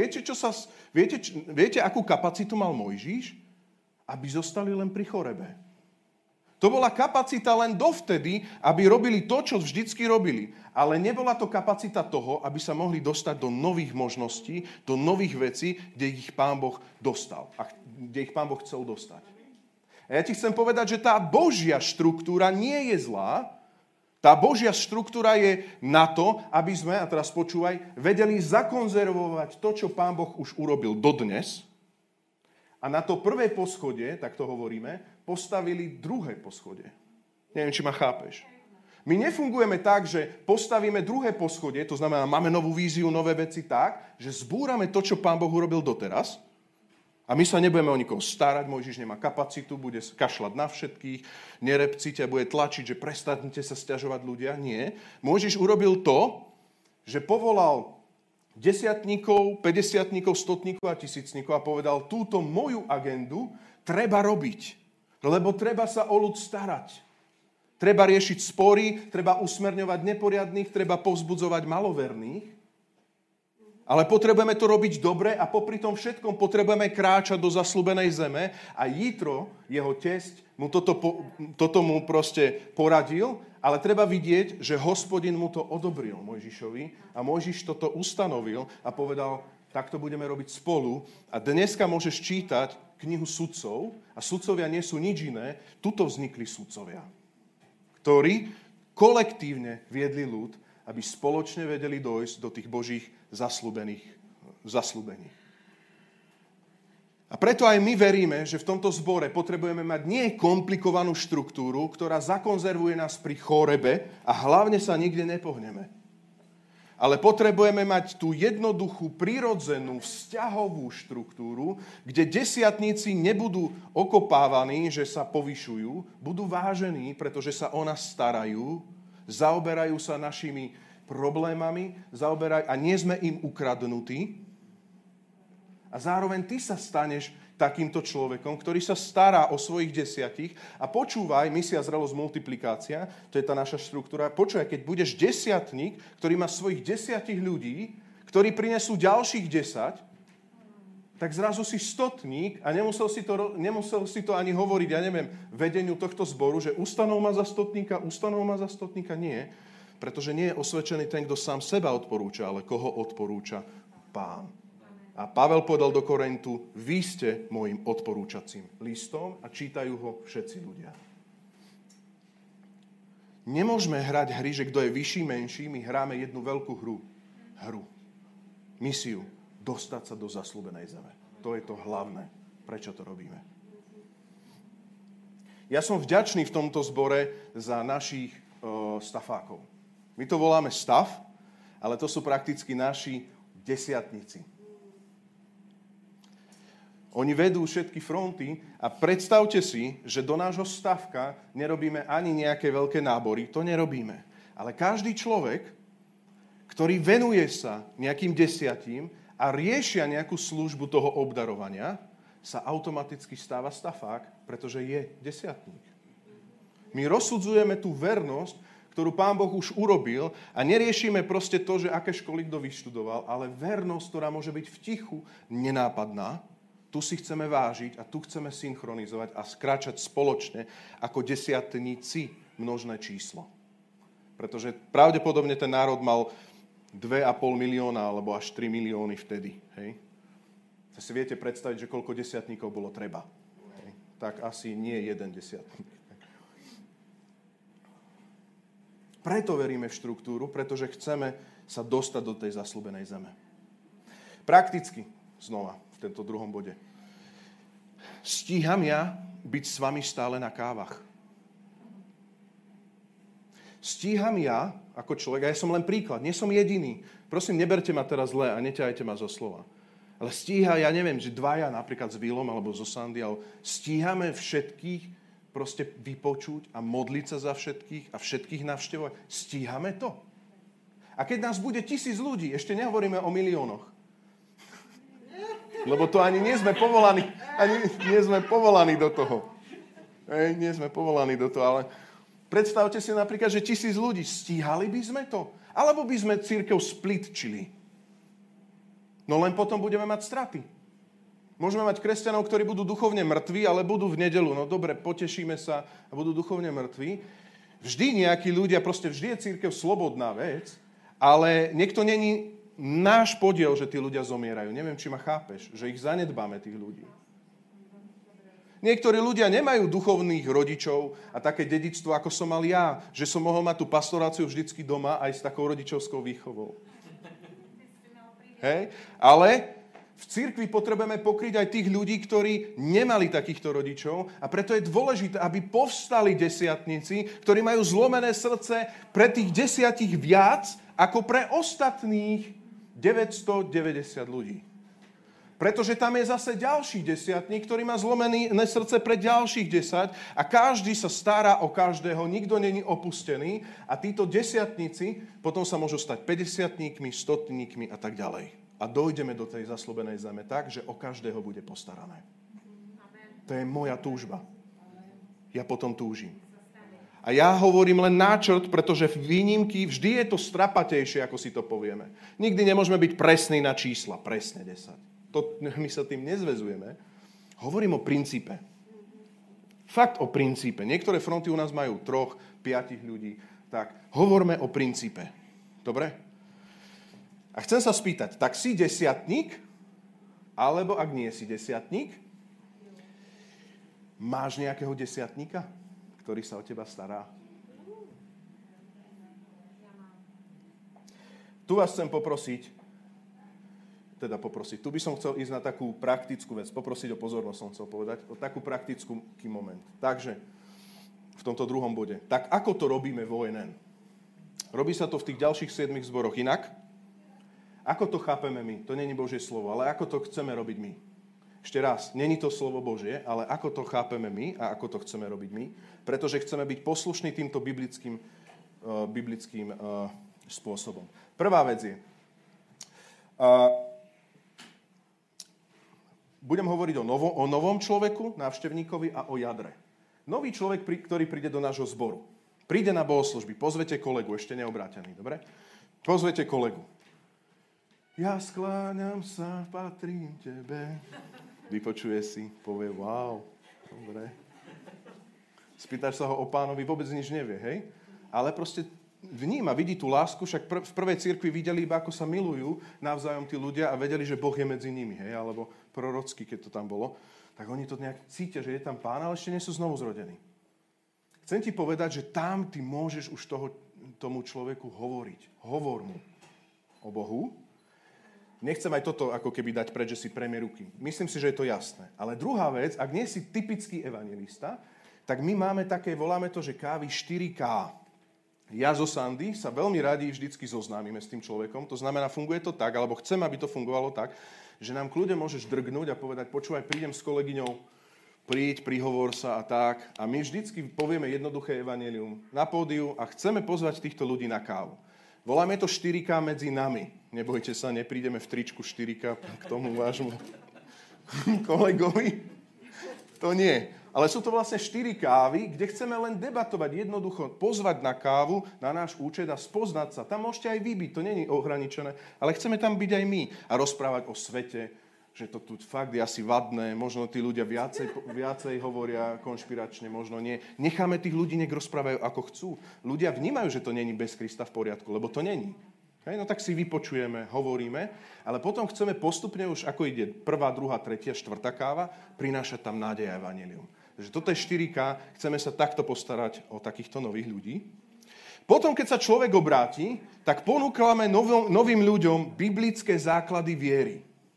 Viete, akú kapacitu mal Mojžiš? Aby zostali len pri Chorebe. To bola kapacita len dovtedy, aby robili to, čo vždycky robili. Ale nebola to kapacita toho, aby sa mohli dostať do nových možností, do nových vecí, kde ich Pán Boh dostal. A kde ich Pán Boh chcel dostať. A ja ti chcem povedať, že tá Božia štruktúra nie je zlá. Tá Božia štruktúra je na to, aby sme, a teraz počúvaj, vedeli zakonzervovať to, čo Pán Boh už urobil dodnes. A na to prvé poschodie, tak to hovoríme, postavili druhé poschodie. Neviem, či ma chápeš. My nefungujeme tak, že postavíme druhé poschodie, to znamená, máme novú víziu, nové veci tak, že zbúrame to, čo Pán Boh urobil doteraz. A my sa nebudeme o nikoho starať, Mojžiš nemá kapacitu, bude kašľať na všetkých, nerepcite a bude tlačiť, že prestanete sa sťažovať ľudia. Nie. Mojžiš urobil to, že povolal 10-tníkov, 50-tníkov, 100-tníkov a 1000-tníkov a povedal, túto moju agendu treba robiť, lebo treba sa o ľud starať. Treba riešiť spory, treba usmerňovať neporiadnych, treba povzbudzovať maloverných. Ale potrebujeme to robiť dobre a popri tom všetkom potrebujeme kráčať do zasľúbenej zeme a Jitro, jeho tesť, mu toto mu proste poradil, ale treba vidieť, že Hospodin mu to odobril Mojžišovi a Mojžiš toto ustanovil a povedal, tak to budeme robiť spolu. A dneska môžeš čítať knihu sudcov a sudcovia nie sú nič iné, tuto vznikli sudcovia, ktorí kolektívne viedli ľud, aby spoločne vedeli dojsť do tých Božích zasľúbení. A preto aj my veríme, že v tomto zbore potrebujeme mať nie komplikovanú štruktúru, ktorá zakonzervuje nás pri Chórebe a hlavne sa nikde nepohneme. Ale potrebujeme mať tú jednoduchú, prirodzenú, vzťahovú štruktúru, kde desiatníci nebudú okopávaní, že sa povyšujú, budú vážení, pretože sa o nás starajú, zaoberajú sa našimi problémami, a nie sme im ukradnutí. A zároveň ty sa staneš takýmto človekom, ktorý sa stará o svojich 10 a počúvaj, misia, zrelosť, multiplikácia, to je tá naša štruktúra, počúvaj, keď budeš 10-tník, ktorý má svojich 10 ľudí, ktorí prinesú ďalších 10, tak zrazu si 100-tník a nemusel si to ani hovoriť, ja neviem, vedeniu tohto zboru, že ustanov ma za 100-tníka, nie, pretože nie je osvedčený ten, kto sám seba odporúča, ale koho odporúča Pán. A Pavel povedal do Korintu, vy ste môjim odporúčacím listom a čítajú ho všetci ľudia. Nemôžeme hrať hry, že kto je vyšší, menší, my hráme jednu veľkú hru. Misiu, dostať sa do zasľúbenej zeme. To je to hlavné, prečo to robíme. Ja som vďačný v tomto zbore za našich stafákov. My to voláme stav, ale to sú prakticky naši desiatnici. Oni vedú všetky fronty a predstavte si, že do nášho stavka nerobíme ani nejaké veľké nábory. To nerobíme. Ale každý človek ktorý venuje sa nejakým desiatim a riešia nejakú službu toho obdarovania, sa automaticky stáva stafák, pretože je desiatník. My rozsudzujeme tú vernosť, ktorú Pán Boh už urobil a neriešime proste to, že aké školy kto vyštudoval, ale vernosť, ktorá môže byť v tichu, nenápadná, tu si chceme vážiť a tu chceme synchronizovať a skráčať spoločne ako desiatníci množné číslo. Pretože pravdepodobne ten národ mal 2,5 milióna alebo až 3 milióny vtedy. Hej? Si viete predstaviť, že koľko desiatníkov bolo treba. Hej? Tak asi nie jeden desiatník. Preto veríme v štruktúru, pretože chceme sa dostať do tej zasľúbenej zeme. Prakticky, znova, v tento druhom bode. Stíham ja byť s vami stále na kávach? Stíham ja, ako človek, a ja som len príklad, nie som jediný. Prosím, neberte ma teraz zle a neťahajte ma zo slova. Ale stíha, ja neviem, že dvaja, napríklad s Willom alebo zo Sandy, ale stíhame všetkých proste vypočuť a modliť sa za všetkých a všetkých navštevovať. Stíhame to? A keď nás bude 1000 ľudí, ešte nehovoríme o miliónoch. Lebo to ani nie sme povolaní do toho. Nie sme povolaní do toho, ale predstavte si napríklad, že 1000 ľudí. Stíhali by sme to? Alebo by sme cirkev splitčili? No len potom budeme mať straty. Môžeme mať kresťanov, ktorí budú duchovne mŕtvi, ale budú v nedeľu. No dobre, potešíme sa a budú duchovne mŕtvi. Vždy nejakí ľudia, proste vždy je cirkev slobodná vec, ale niekto není náš podiel, že tí ľudia zomierajú. Neviem, či ma chápeš, že ich zanedbáme, tých ľudí. Niektorí ľudia nemajú duchovných rodičov a také dedičstvo, ako som mal ja, že som mohol mať tú pastoráciu vždycky doma aj s takou rodičovskou výchovou. Hej? Ale v cirkvi potrebujeme pokryť aj tých ľudí, ktorí nemali takýchto rodičov a preto je dôležité, aby povstali desiatnici, ktorí majú zlomené srdce pre tých 10 viac ako pre ostatných 990 ľudí. Pretože tam je zase ďalší desiatník, ktorý má zlomené srdce pre ďalších 10 a každý sa stará o každého, nikto není opustený a títo desiatníci potom sa môžu stať 50-tníkmi, 100-tníkmi a tak ďalej. A dojdeme do tej zasľúbenej zeme tak, že o každého bude postarané. To je moja túžba. Ja potom túžim. A ja hovorím len náčrt, pretože v výnimky vždy je to strapatejšie, ako si to povieme. Nikdy nemôžeme byť presní na čísla. Presne 10. My sa tým nezväzujeme. Hovorím o princípe. Fakt o princípe. Niektoré fronty u nás majú 3, 5 ľudí. Tak, hovorme o princípe. Dobre? A chcem sa spýtať, tak si desiatník? Alebo ak nie si desiatník, máš nejakého desiatníka, ktorý sa o teba stará? Tu vás chcem poprosiť, tu by som chcel ísť na takú praktickú vec, poprosiť o pozornosť som chcel povedať, o takú praktický moment. Takže, v tomto druhom bode, tak ako to robíme vo ONN? Robí sa to v tých ďalších 7 zboroch inak? Ako to chápeme my? To není Božie slovo, ale ako to chceme robiť my? Ešte raz, není to slovo Božie, ale ako to chápeme my a ako to chceme robiť my? Pretože chceme byť poslušní týmto biblickým spôsobom. Prvá vec je, budem hovoriť o novom človeku, návštevníkovi a o jadre. Nový človek, ktorý príde do nášho zboru. Príde na bohoslužby, pozvete kolegu, ešte neobrátený, dobre? Pozvete kolegu. Ja skláňam sa, patrím tebe. Vypočuje si, povie, wow, dobre. Spýtaš sa ho o Pánovi, vôbec nič nevie, hej? Ale proste vníma, vidí tú lásku, však v prvej cirkvi videli iba, ako sa milujú navzájom tí ľudia a vedeli, že Boh je medzi nimi, hej? Alebo prorocky, keď to tam bolo. Tak oni to nejak cítia, že je tam Pán, ale ešte nie sú znovu zrodení. Chcem ti povedať, že tam ty môžeš už tomu človeku hovoriť. Hovor mu o Bohu. Nechcem aj toto ako keby dať preč, že si premie ruky. Myslím si, že je to jasné. Ale druhá vec, ak nie si typický evangelista, tak my máme také, voláme to, že kávy 4K. Ja zo Sandy sa veľmi radi vždycky zoznámime s tým človekom. To znamená, funguje to tak, alebo chcem, aby to fungovalo tak, že nám kľudne môžeš drgnúť a povedať, počúvaj, prídem s kolegyňou, príď, prihovor sa a tak. A my vždycky povieme jednoduché evanjelium na pódiu a chceme pozvať týchto ľudí na kávu. Voláme to 4K medzi nami. Nebojte sa, neprídeme v tričku 4K k tomu vášmu kolegovi. To nie. Ale sú to vlastne 4 kávy, kde chceme len debatovať, jednoducho pozvať na kávu, na náš účet a spoznať sa. Tam môžete aj vy byť, to nie je ohraničené, ale chceme tam byť aj my a rozprávať o svete, že to tu fakt je asi vadné, možno tí ľudia viacej hovoria konšpiračne, možno nie. Necháme tých ľudí, nech rozprávajú ako chcú. Ľudia vnímajú, že to není bez Krista v poriadku, lebo to není. Hej, no tak si vypočujeme, hovoríme, ale potom chceme postupne už, ako ide prvá, druhá, tretia, štvrtá káva, prinášať tam nádej a evanjelium. Takže toto je 4K, chceme sa takto postarať o takýchto nových ľudí. Potom, keď sa človek obráti, tak ponúkame novým ľuďom biblické základy viery.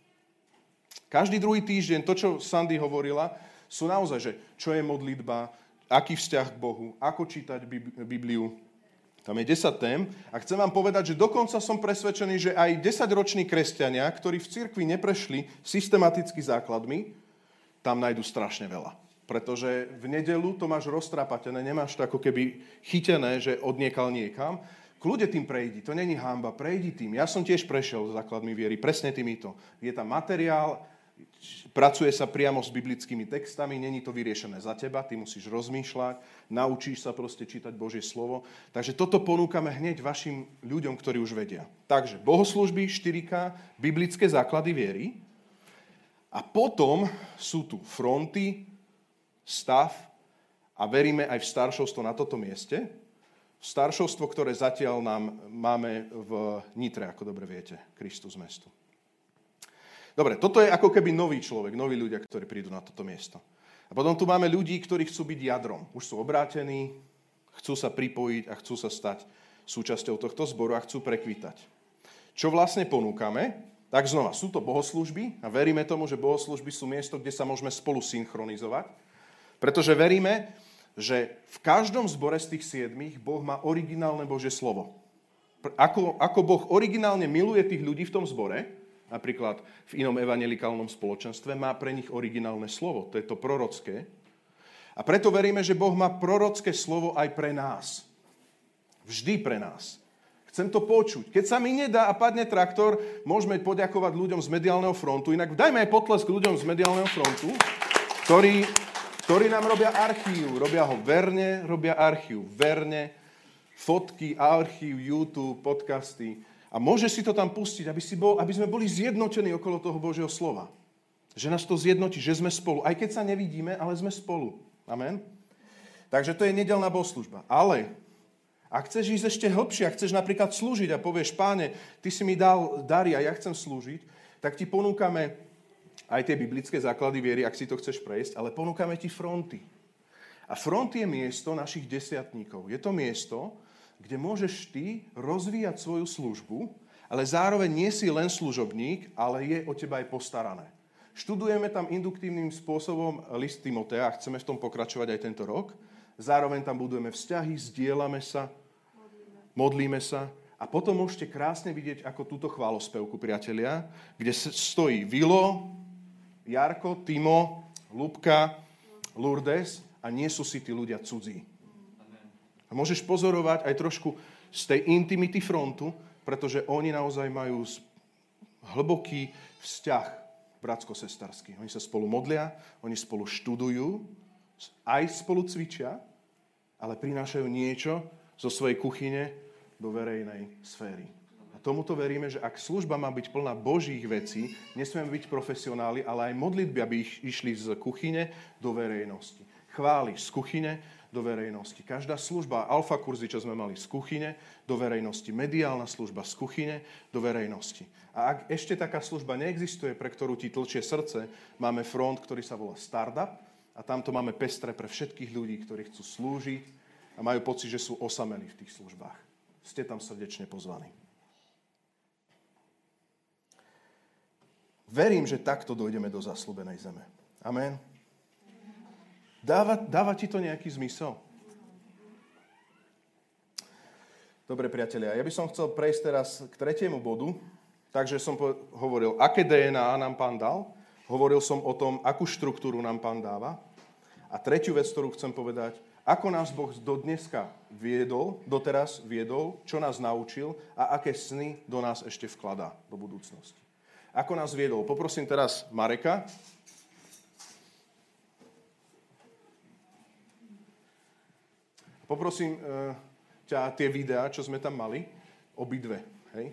Každý druhý týždeň, to, čo Sandy hovorila, sú naozaj, že čo je modlitba, aký vzťah k Bohu, ako čítať Bibliu. Tam je 10 tém a chcem vám povedať, že dokonca som presvedčený, že aj 10-roční kresťania, ktorí v cirkvi neprešli systematicky základmi, tam nájdu strašne veľa. Pretože v nedeľu to máš roztrápatené, nemáš to ako keby chytené, že odniekal niekam. Kľude tým prejdi, to není hanba, prejdi tým. Ja som tiež prešiel základmi viery, presne týmito. Je tam materiál, pracuje sa priamo s biblickými textami, není to vyriešené za teba, ty musíš rozmýšľať, naučíš sa proste čítať Božie slovo. Takže toto ponúkame hneď vašim ľuďom, ktorí už vedia. Takže bohoslúžby, 4K, biblické základy viery a potom sú tu fronty, stav a veríme aj v staršovstvo na toto mieste. Staršovstvo, ktoré zatiaľ máme v Nitre, ako dobre viete, Kristus mesto. Dobre, toto je ako keby nový človek, noví ľudia, ktorí prídu na toto miesto. A potom tu máme ľudí, ktorí chcú byť jadrom. Už sú obrátení, chcú sa pripojiť a chcú sa stať súčasťou tohto zboru a chcú prekvitať. Čo vlastne ponúkame? Tak znova, sú to bohoslúžby a veríme tomu, že bohoslúžby sú miesto, kde sa môžeme spolu synchronizovať. Pretože veríme, že v každom zbore z tých 7 Boh má originálne Božie slovo. Ako Boh originálne miluje tých ľudí v tom zbore, napríklad v inom evanjelikálnom spoločenstve, má pre nich originálne slovo. To je to prorocké. A preto veríme, že Boh má prorocké slovo aj pre nás. Vždy pre nás. Chcem to počuť. Keď sa mi nedá a padne traktor, môžeme poďakovať ľuďom z Mediálneho frontu. Inak dajme aj potlesk ľuďom z Mediálneho frontu, ktorí nám robia archív. Robia ho verne, robia archív verne. Fotky, archív, YouTube, podcasty. A môžeš si to tam pustiť, aby sme boli zjednotení okolo toho Božieho slova. Že nás to zjednotí, že sme spolu. Aj keď sa nevidíme, ale sme spolu. Amen? Takže to je nedeľná bohoslužba. Ale ak chceš ísť ešte hlbšie, ak chceš napríklad slúžiť a povieš, Páne, ty si mi dal dary a ja chcem slúžiť, tak ti ponúkame aj tie biblické základy viery, ak si to chceš prejsť, ale ponúkame ti fronty. A fronty je miesto našich desiatníkov. Je to miesto, kde môžeš ty rozvíjať svoju službu, ale zároveň nie si len služobník, ale je o teba aj postarané. Študujeme tam induktívnym spôsobom list Timotea a chceme v tom pokračovať aj tento rok. Zároveň tam budujeme vzťahy, zdieľame sa, modlíme sa. A potom môžete krásne vidieť ako túto chválospevku, priatelia, kde stojí Vilo, Jarko, Timo, Lubka, Lourdes a nie sú si tí ľudia cudzí. A môžeš pozorovať aj trošku z tej intimity frontu, pretože oni naozaj majú hlboký vzťah bratsko-sestarský. Oni sa spolu modlia, oni spolu študujú, aj spolu cvičia, ale prinášajú niečo zo svojej kuchyne do verejnej sféry. Tomuto veríme, že ak služba má byť plná Božích vecí, nesmieme byť profesionáli, ale aj modlitby, aby išli z kuchyne do verejnosti. Chvály z kuchyne do verejnosti. Každá služba, alfa kurzy, čo sme mali, z kuchyne do verejnosti. Mediálna služba z kuchyne do verejnosti. A ak ešte taká služba neexistuje, pre ktorú ti tlčie srdce, máme front, ktorý sa volá Startup a tamto máme pestre pre všetkých ľudí, ktorí chcú slúžiť a majú pocit, že sú osamelí v tých službách. Ste tam srdečne pozvaní. Verím, že takto dojdeme do zasľúbenej zeme. Amen. Dáva ti to nejaký zmysel? Dobre, priatelia, ja by som chcel prejsť teraz k 3. bodu. Takže som hovoril, aké DNA nám Pán dal. Hovoril som o tom, akú štruktúru nám Pán dáva. A tretiu vec, ktorú chcem povedať, Ako nás Boh doteraz viedol, čo nás naučil a aké sny do nás ešte vkladá do budúcnosti. Ako nás viedol. Poprosím teraz Mareka. Poprosím ťa tie videá, čo sme tam mali, obidve. Hej?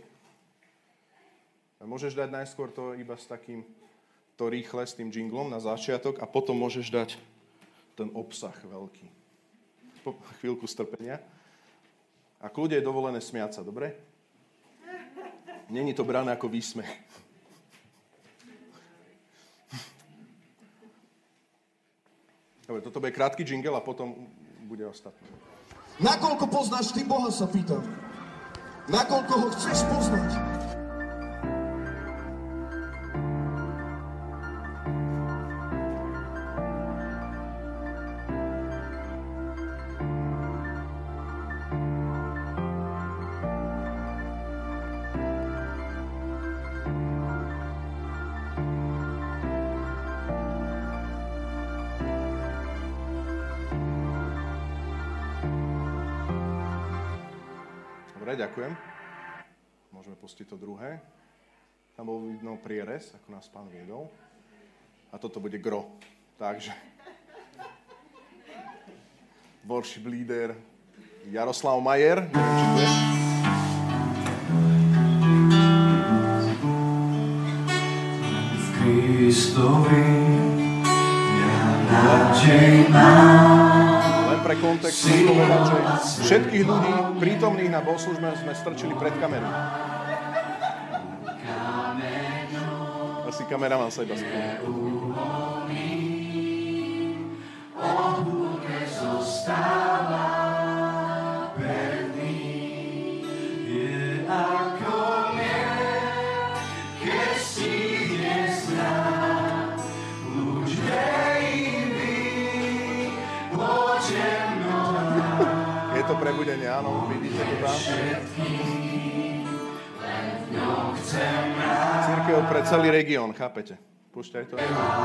A môžeš dať najskôr to iba s takým, to rýchle, s tým jinglom na začiatok a potom môžeš dať ten obsah veľký. Chvíľku strpenia. A kľude je dovolené smiať sa, dobre? Není to brané ako výsmech. Dobre, toto bude krátky jingle a potom bude ostatné. Nakoľko poznáš ty Boha, sa pýtam. Nakoľko ho chceš poznať? Dobre, ďakujem. Môžeme pustiť to druhé. Tam bol vidno prierez, ako nás Pán viedol. A toto bude gro. Takže worship leader Jaroslav Majer. V Kristovi ja nádej mám. Len pre kontext chcem povedať, že všetkých ľudí prítomných na bohoslužbe sme strčili pred kameru. Asi kameraman sa iba skúša. Je to prebudenie, áno, vidíte to tam. Cirkev pre celý región, chápete? Púšťaj to.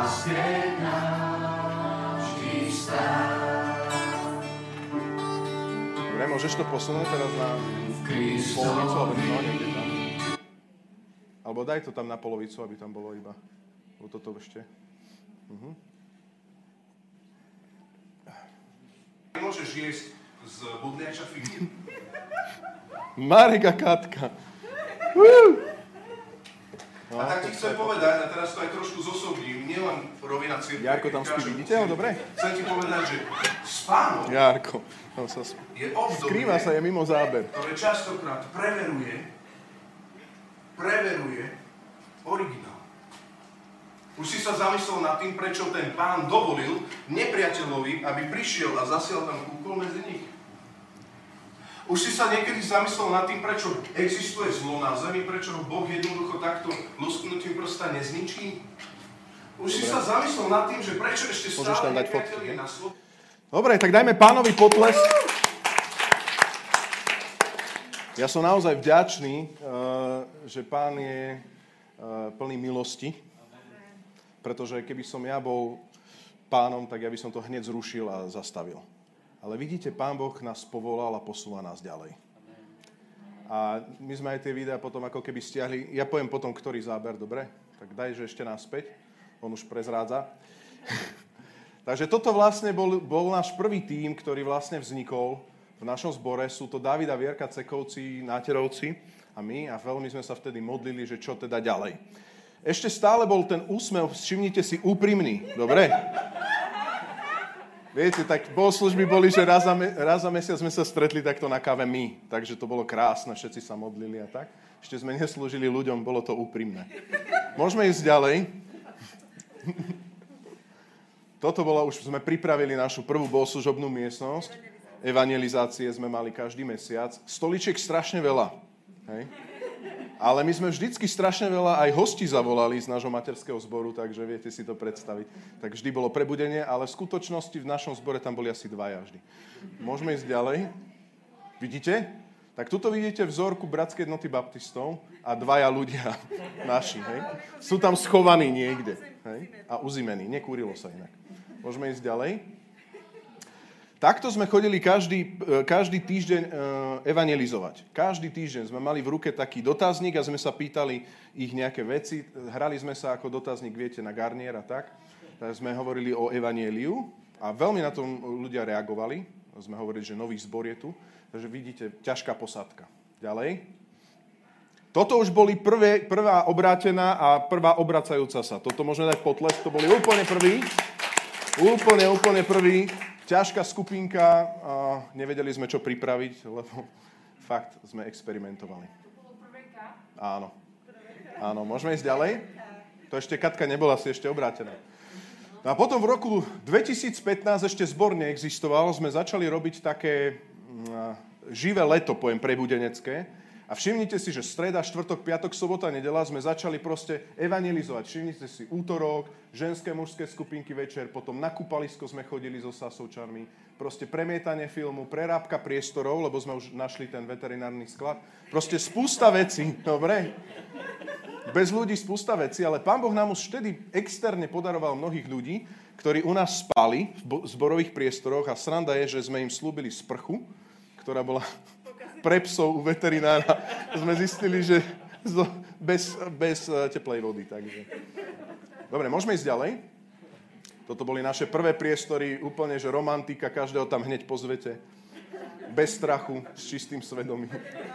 Dobre, môžeš to posunúť teraz na polovicu, alebo niekde tam. Alebo daj to tam na polovicu, aby tam bolo iba. Lebo toto ešte. Môžeš jesť z budliača figy. Marek a Katka. No, a tak ti chcem povedať, a teraz to aj trošku zosobním, nielen rovina cirkvi. Jarko tam spí, vidíte ho, dobre? Chcem ti povedať, že spánok Jarko, je obdobie, skrýva sa, je mimo záber. ktoré častokrát preveruje originál. Už si sa zamyslel nad tým, prečo ten Pán dovolil nepriateľovi, aby prišiel a zasiel tam kúkol medzi nich. Už si sa niekedy zamyslel nad tým, prečo existuje zlo na zemi, prečo ho Boh jednoducho takto lusknutím prsta nezničí? Už si sa zamyslel nad tým, že prečo ešte stále nepriateľ je na slobode? Dobre, tak dajme Pánovi potlesk. Ja som naozaj vďačný, že Pán je plný milosti, pretože keby som ja bol pánom, tak ja by som to hneď zrušil a zastavil. Ale vidíte, Pán Boh nás povolal a posúva nás ďalej. A my sme aj tie videá potom ako keby stiahli. Ja poviem potom, ktorý záber, dobre? Tak daj, že ešte naspäť. On už prezrádza. Takže toto vlastne bol náš prvý tím, ktorý vlastne vznikol v našom zbore. Sú to David a Vierka Cekovci, Náterovci a my. A veľmi sme sa vtedy modlili, že čo teda ďalej. Ešte stále bol ten úsmev, všimnite si, úprimný. Dobre? Viete, tak bohoslužby boli, že raz za mesiac sme sa stretli takto na káve my. Takže to bolo krásne, všetci sa modlili a tak. Ešte sme neslúžili ľuďom, bolo to úprimné. Môžeme ísť ďalej. Toto bola, už sme pripravili našu prvú bohoslužobnú miestnosť. Evangelizácie sme mali každý mesiac. Stoličiek strašne veľa. Hej? Ale my sme vždycky strašne veľa aj hostí zavolali z nášho materského zboru, takže viete si to predstaviť. Tak vždy bolo prebudenie, ale v skutočnosti v našom zbore tam boli asi dvaja vždy. Môžeme ísť ďalej. Vidíte? Tak tuto vidíte vzorku Bratskej jednoty baptistov a dvaja ľudia naši. Hej? Sú tam schovaní niekde. Hej? A uzimení. Nekúrilo sa inak. Môžeme ísť ďalej. Takto sme chodili každý týždeň evangelizovať. Každý týždeň sme mali v ruke taký dotazník a sme sa pýtali ich nejaké veci. Hrali sme sa ako dotazník, viete, na Garnier a tak. Tak sme hovorili o evanjeliu a veľmi na tom ľudia reagovali. Sme hovorili, že nový zbor je tu. Takže vidíte, ťažká posádka. Ďalej. Toto už boli prvá obrátená a prvá obracajúca sa. Toto môžeme dať potlesk, to boli úplne prví. Úplne prvý. Ťažká skupinka, nevedeli sme, čo pripraviť, lebo fakt sme experimentovali. Áno, môžeme ísť ďalej? To ešte Katka nebola si ešte obrátená. No a potom v roku 2015 ešte zbor neexistoval, sme začali robiť také živé leto, poviem, prebudenecké. A všimnite si, že streda, štvrtok, piatok, sobota, nedeľa sme začali proste evangelizovať. Všimnite si útorok, ženské, mužské skupinky večer, potom na kúpalisko sme chodili so Sasovčanmi, proste premietanie filmu, prerábka priestorov, lebo sme už našli ten veterinárny sklad. Proste spústa vecí, dobre? Bez ľudí spústa vecí, ale Pán Boh nám už vtedy externe podaroval mnohých ľudí, ktorí u nás spali v zborových priestoroch a sranda je, že sme im slúbili sprchu, ktorá bola pre psov u veterinára. Sme zistili, že bez teplej vody. Takže. Dobre, môžeme ísť ďalej. Toto boli naše prvé priestory, úplne, že romantika, každého tam hneď pozvete. Bez strachu, s čistým svedomím.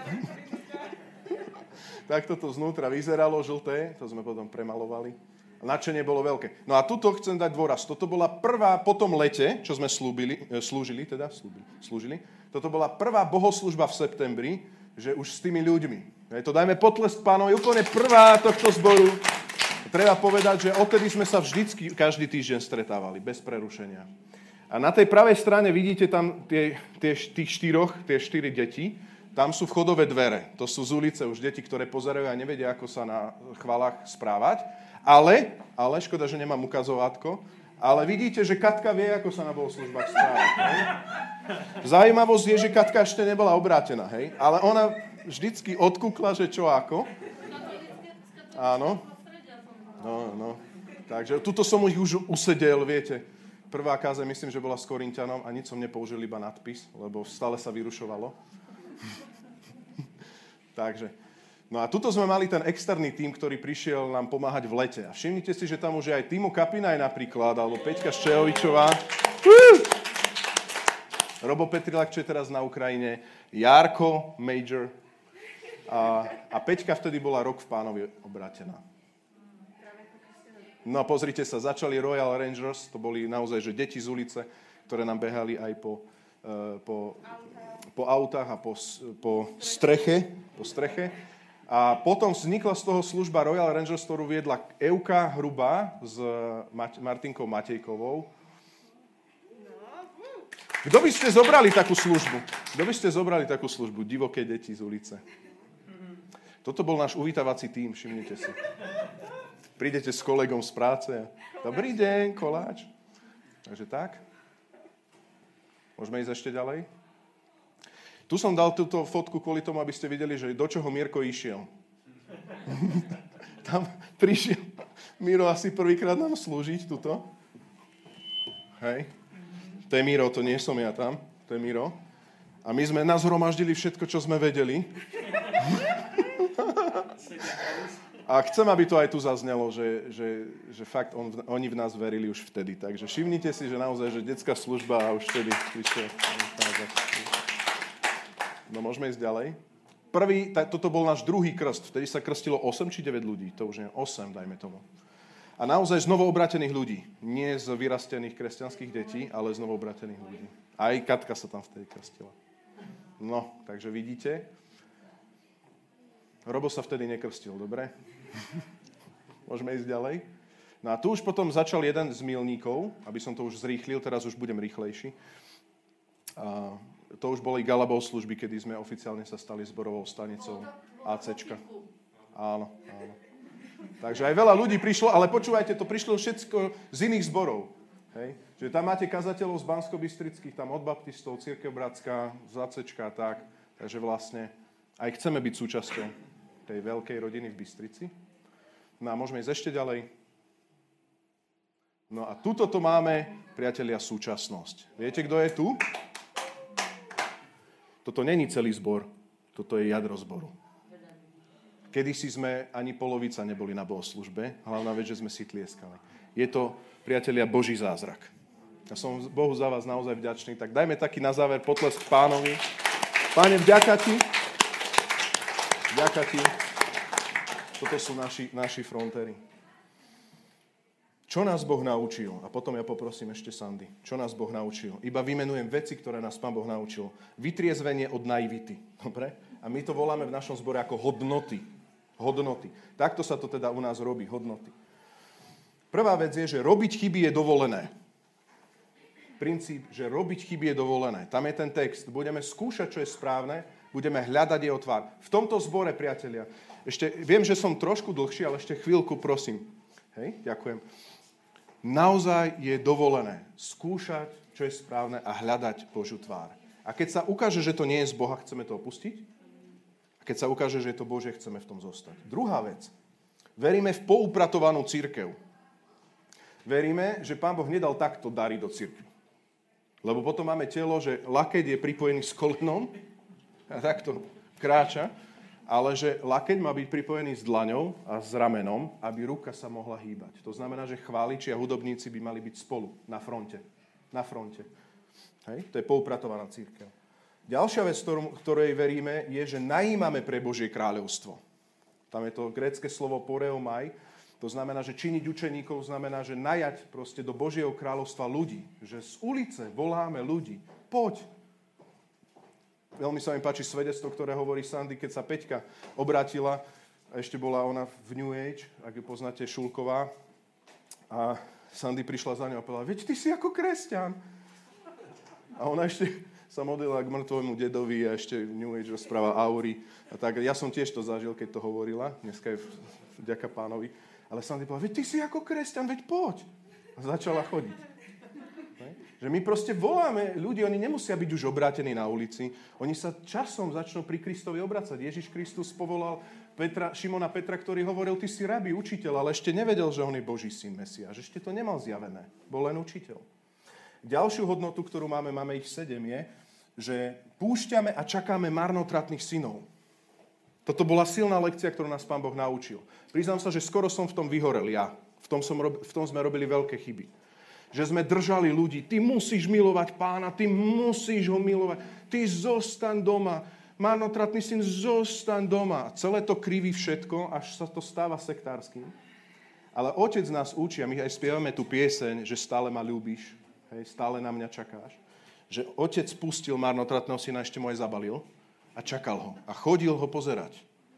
Tak toto znútra vyzeralo, žlté, to sme potom premalovali. Nadšenie bolo veľké. No a tuto chcem dať dôraz. Toto bola prvá po tom lete, čo sme slúžili. Toto bola prvá bohoslúžba v septembri, že už s tými ľuďmi. To dajme potlesk Pánovi, úplne prvá tohto zboru. Treba povedať, že odtedy sme sa vždycky každý týždeň stretávali, bez prerušenia. A na tej pravej strane vidíte tam tie štyri deti. Tam sú vchodové dvere. To sú z ulice už deti, ktoré pozerajú a nevedia, ako sa na chválach správať. Ale škoda, že nemám ukazovátko, ale vidíte, že Katka vie, ako sa na bohoslúžbách správať. Zaujímavosť je, že Katka ešte nebola obrátená, hej? Ale ona vždycky odkúkla, že čo ako. Áno. No. Takže tuto som ich už usedel, viete. Prvá káze, myslím, že bola s Korinťanom a nič som nepoužil, iba nadpis, lebo stále sa vyrušovalo. Takže. No a tuto sme mali ten externý tím, ktorý prišiel nám pomáhať v lete. A všimnite si, že tam už je aj Timo Kapinaj napríklad, alebo Peťka Ščejovičová. Robo Petrilak, čo je teraz na Ukrajine. Jarko Major. A Peťka vtedy bola rok v Pánovi obrátená. No a pozrite sa, začali Royal Rangers, to boli naozaj že deti z ulice, ktoré nám behali aj po autách a po streche. A potom vznikla z toho služba Royal Rangers, ktorú viedla Euka Hrubá s Martinkou Matejkovou. Kto by ste zobrali takú službu? Divoké deti z ulice. Toto bol náš uvítavací tím, všimnite si. Prídete s kolegom z práce. Dobrý deň, koláč. Takže tak. Môžeme ísť ešte ďalej? Tu som dal túto fotku kvôli tomu, aby ste videli, že do čoho Mirko išiel. Tam prišiel Miro asi prvýkrát nám slúžiť tuto. Hej. To je Miro, to nie som ja tam. To je Miro. A my sme nazhromaždili všetko, čo sme vedeli. A chcem, aby to aj tu zaznelo, že fakt oni v nás verili už vtedy. Takže všimnite si, že naozaj, že detská služba už vtedy prišiel. No môžeme ísť ďalej. Toto bol náš druhý krst. Vtedy sa krstilo 8 či 9 ľudí. To už nie 8, dajme tomu. A naozaj z novoobrátených ľudí. Nie z vyrastených kresťanských detí, ale z novoobrátených ľudí. Aj Katka sa tam vtedy krstila. No, takže vidíte. Robo sa vtedy nekrstil, dobre? Môžeme ísť ďalej. No a tu už potom začal jeden z milníkov, aby som to už zrýchlil, teraz už budem rýchlejší. To už boli Galabov služby, kedy sme oficiálne sa stali zborovou stanicou ACčka. Áno. Takže aj veľa ľudí prišlo, ale počúvajte, to prišlo všetko z iných zborov. Hej? Čiže tam máte kazateľov z Banskobystrických, tam od baptistov, Cirkev Bratská, z ACčka a tak. Takže vlastne aj chceme byť súčasťou tej veľkej rodiny v Bystrici. No a môžeme ísť ešte ďalej. No a tuto to máme, priatelia, súčasnosť. Viete, kto je tu? Toto není celý zbor, toto je jadro zboru. Kedysi sme ani polovica neboli na bohoslužbe, hlavná vec, že sme si tlieskali. Je to, priatelia, Boží zázrak. Ja som Bohu za vás naozaj vďačný, tak dajme taký na záver potlesk Pánovi. Páne, vďaka ti. Vďaka ti. Toto sú naši frontéri. Čo nás Boh naučil? A potom ja poprosím ešte Sandy. Čo nás Boh naučil? Iba vymenujem veci, ktoré nás Pán Boh naučil. Vytriezvenie od naivity. Dobre? A my to voláme v našom zbore ako hodnoty. Hodnoty. Takto sa to teda u nás robí. Hodnoty. Prvá vec je, že robiť chyby je dovolené. Princíp, že robiť chyby je dovolené. Tam je ten text. Budeme skúšať, čo je správne. Budeme hľadať jeho tvár. V tomto zbore, priatelia, ešte viem, že som trošku dlhší, ale ešte chvíľku, prosím. Hej, ďakujem. Naozaj je dovolené skúšať, čo je správne a hľadať Božiu tvár. A keď sa ukáže, že to nie je z Boha, chceme to opustiť? A keď sa ukáže, že je to Božie, chceme v tom zostať. Druhá vec. Veríme v poupratovanú cirkev. Veríme, že Pán Boh nedal takto dary do cirkvi. Lebo potom máme telo, že lakeť je pripojený s kolenom a takto kráča, ale že lakeť má byť pripojený s dlaňou a s ramenom, aby ruka sa mohla hýbať. To znamená, že chváliči a hudobníci by mali byť spolu, na fronte. Na fronte. Hej? To je poupratovaná cirkev. Ďalšia vec, ktorej veríme, je, že najímame pre Božie kráľovstvo. Tam je to grécke slovo poreomai. To znamená, že činiť učeníkov znamená, že najať proste do Božieho kráľovstva ľudí. Že z ulice voláme ľudí. Poď. Veľmi sa mi páči svedectvo, ktoré hovorí Sandy, keď sa Peťka obrátila, a ešte bola ona v New Age, ak ju poznáte, Šulková, a Sandy prišla za ňou a povedala, veď ty si ako kresťan. A ona ešte sa modlila k mŕtvemu dedovi a ešte New Age rozpráva aury. A tak, ja som tiež to zažil, keď to hovorila, dneska je vďaka Pánovi. Ale Sandy povedala, veď ty si ako kresťan, veď poď. A začala chodiť. Že my proste voláme ľudí, oni nemusia byť už obrátení na ulici, oni sa časom začnú pri Kristovi obracať. Ježiš Kristus povolal Šimona Petra, ktorý hovoril, ty si rabi, učiteľ, ale ešte nevedel, že on je Boží syn Mesiáš. Ešte to nemal zjavené, bol len učiteľ. Ďalšiu hodnotu, ktorú máme ich 7, je, že púšťame a čakáme marnotratných synov. Toto bola silná lekcia, ktorú nás Pán Boh naučil. Priznám sa, že skoro som v tom vyhorel ja. V tom sme robili veľké chyby. Že sme držali ľudí. Ty musíš milovať Pána, ty musíš ho milovať. Ty zostaň doma. Marnotratný syn, zostaň doma. Celé to kriví všetko, až sa to stáva sektárskym. Ale Otec nás učí, a my aj spievame tú pieseň, že stále ma ľúbiš, hej, stále na mňa čakáš. Že Otec pustil marnotratného syna, ešte mu aj zabalil a čakal ho. A chodil ho pozerať.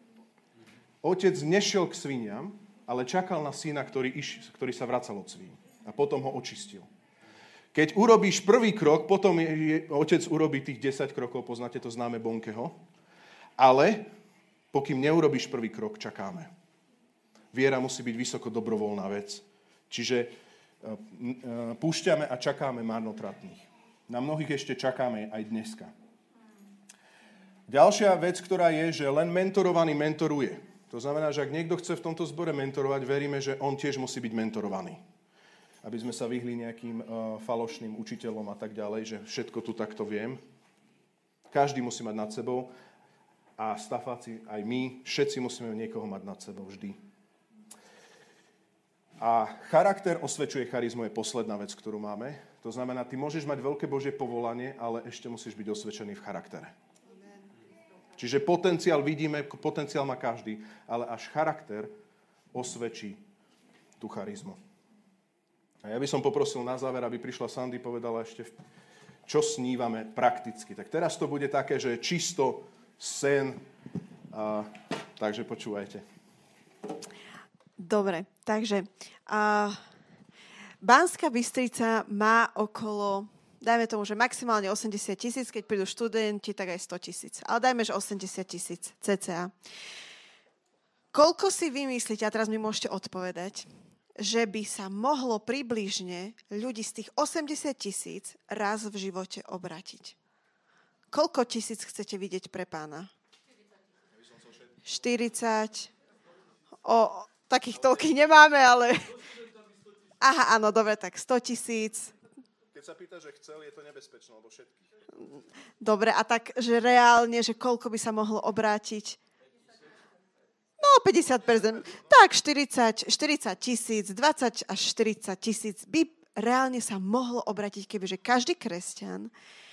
Otec nešiel k sviniam, ale čakal na syna, ktorý sa vracal od svíň. A potom ho očistil. Keď urobíš prvý krok, potom otec urobí tých 10 krokov, poznáte to známe Bonkeho, ale pokým neurobíš prvý krok, čakáme. Viera musí byť vysoko dobrovoľná vec. Čiže púšťame a čakáme marnotratných. Na mnohých ešte čakáme aj dneska. Ďalšia vec, ktorá je, že len mentorovaný mentoruje. To znamená, že ak niekto chce v tomto zbore mentorovať, veríme, že on tiež musí byť mentorovaný. Aby sme sa vyhli nejakým falošným učiteľom a tak ďalej, že všetko tu takto viem. Každý musí mať nad sebou a stafáci, aj my, všetci musíme niekoho mať nad sebou vždy. A charakter osvedčuje charizmu je posledná vec, ktorú máme. To znamená, ty môžeš mať veľké Božie povolanie, ale ešte musíš byť osvedčený v charaktere. Čiže potenciál vidíme, potenciál má každý, ale až charakter osvedčí tú charizmu. A ja by som poprosil na záver, aby prišla Sandy, povedala ešte, čo snívame prakticky. Tak teraz to bude také, že čisto sen, takže počúvajte. Dobre, takže Banská Bystrica má okolo, dajme tomu, že maximálne 80 000, keď prídu študenti, tak aj 100 000. Ale dajme, že 80 000 cca. Koľko si vymyslíte, a teraz mi môžete odpovedať, že by sa mohlo približne ľudí z tých 80 000 raz v živote obrátiť? Koľko tisíc chcete vidieť pre Pána? 40. Takých toľkých nemáme, ale Aha, áno, dobre, tak 100 000. Keď sa pýta, že chcel, je to nebezpečné, lebo všetkých. Dobre, a tak, že reálne, že koľko by sa mohlo obrátiť? No, 50%. Tak, 40 000, 20 až 40 000 by reálne sa mohlo obrátiť, kebyže každý kresťan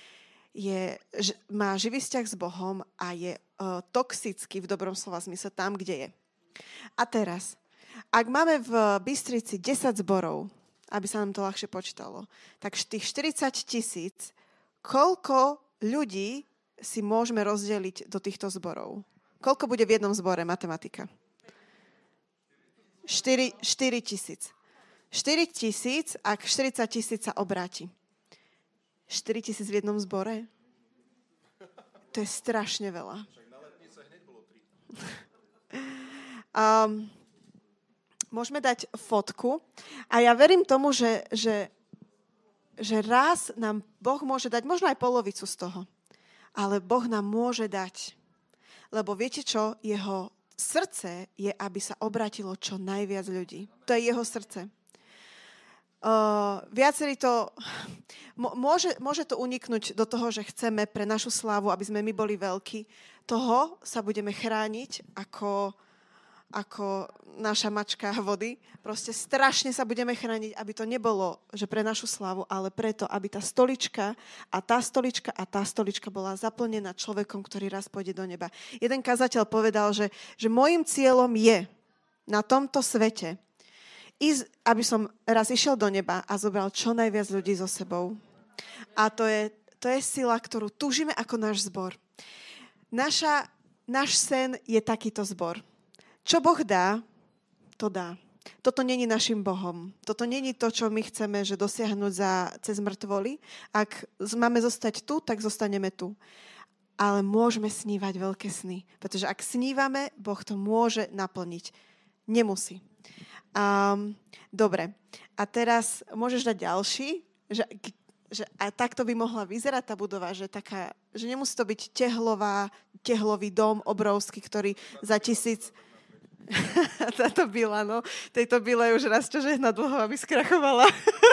má živý vzťah s Bohom a je toxický v dobrom slova zmysle tam, kde je. A teraz, ak máme v Bystrici 10 zborov, aby sa nám to ľahšie počítalo, tak tých 40 000, koľko ľudí si môžeme rozdeliť do týchto zborov? Koľko bude v jednom zbore matematika? 4 000. 4 000, ak 40 000 sa obráti. 4 000 v jednom zbore? To je strašne veľa. Môžeme dať fotku a ja verím tomu, že raz nám Boh môže dať, možno aj polovicu z toho, ale Boh nám môže dať. Lebo viete čo? Jeho srdce je, aby sa obrátilo čo najviac ľudí. To je jeho srdce. Viacerí to... Môže to uniknúť do toho, že chceme pre našu slávu, aby sme my boli veľkí. Toho sa budeme chrániť ako naša mačka vody. Proste strašne sa budeme chrániť, aby to nebolo, že pre našu slávu, ale preto, aby tá stolička a tá stolička a tá stolička bola zaplnená človekom, ktorý raz pôjde do neba. Jeden kazateľ povedal, že môjim cieľom je na tomto svete ísť, aby som raz išiel do neba a zobral čo najviac ľudí so sebou. A to je sila, ktorú túžime ako náš zbor. Náš sen je takýto zbor. Čo Boh dá, to dá. Toto není našim Bohom. Toto není to, čo my chceme, že dosiahnuť cez mŕtvoly. Ak máme zostať tu, tak zostaneme tu. Ale môžeme snívať veľké sny. Pretože ak snívame, Boh to môže naplniť. Nemusí. Dobre. A teraz môžeš dať ďalší, že a takto by mohla vyzerať tá budova, že nemusí to byť tehlový dom obrovský, ktorý za 1000... Táto byla, no. Tejto byle už raz čo žehna dlho, aby skrachovala.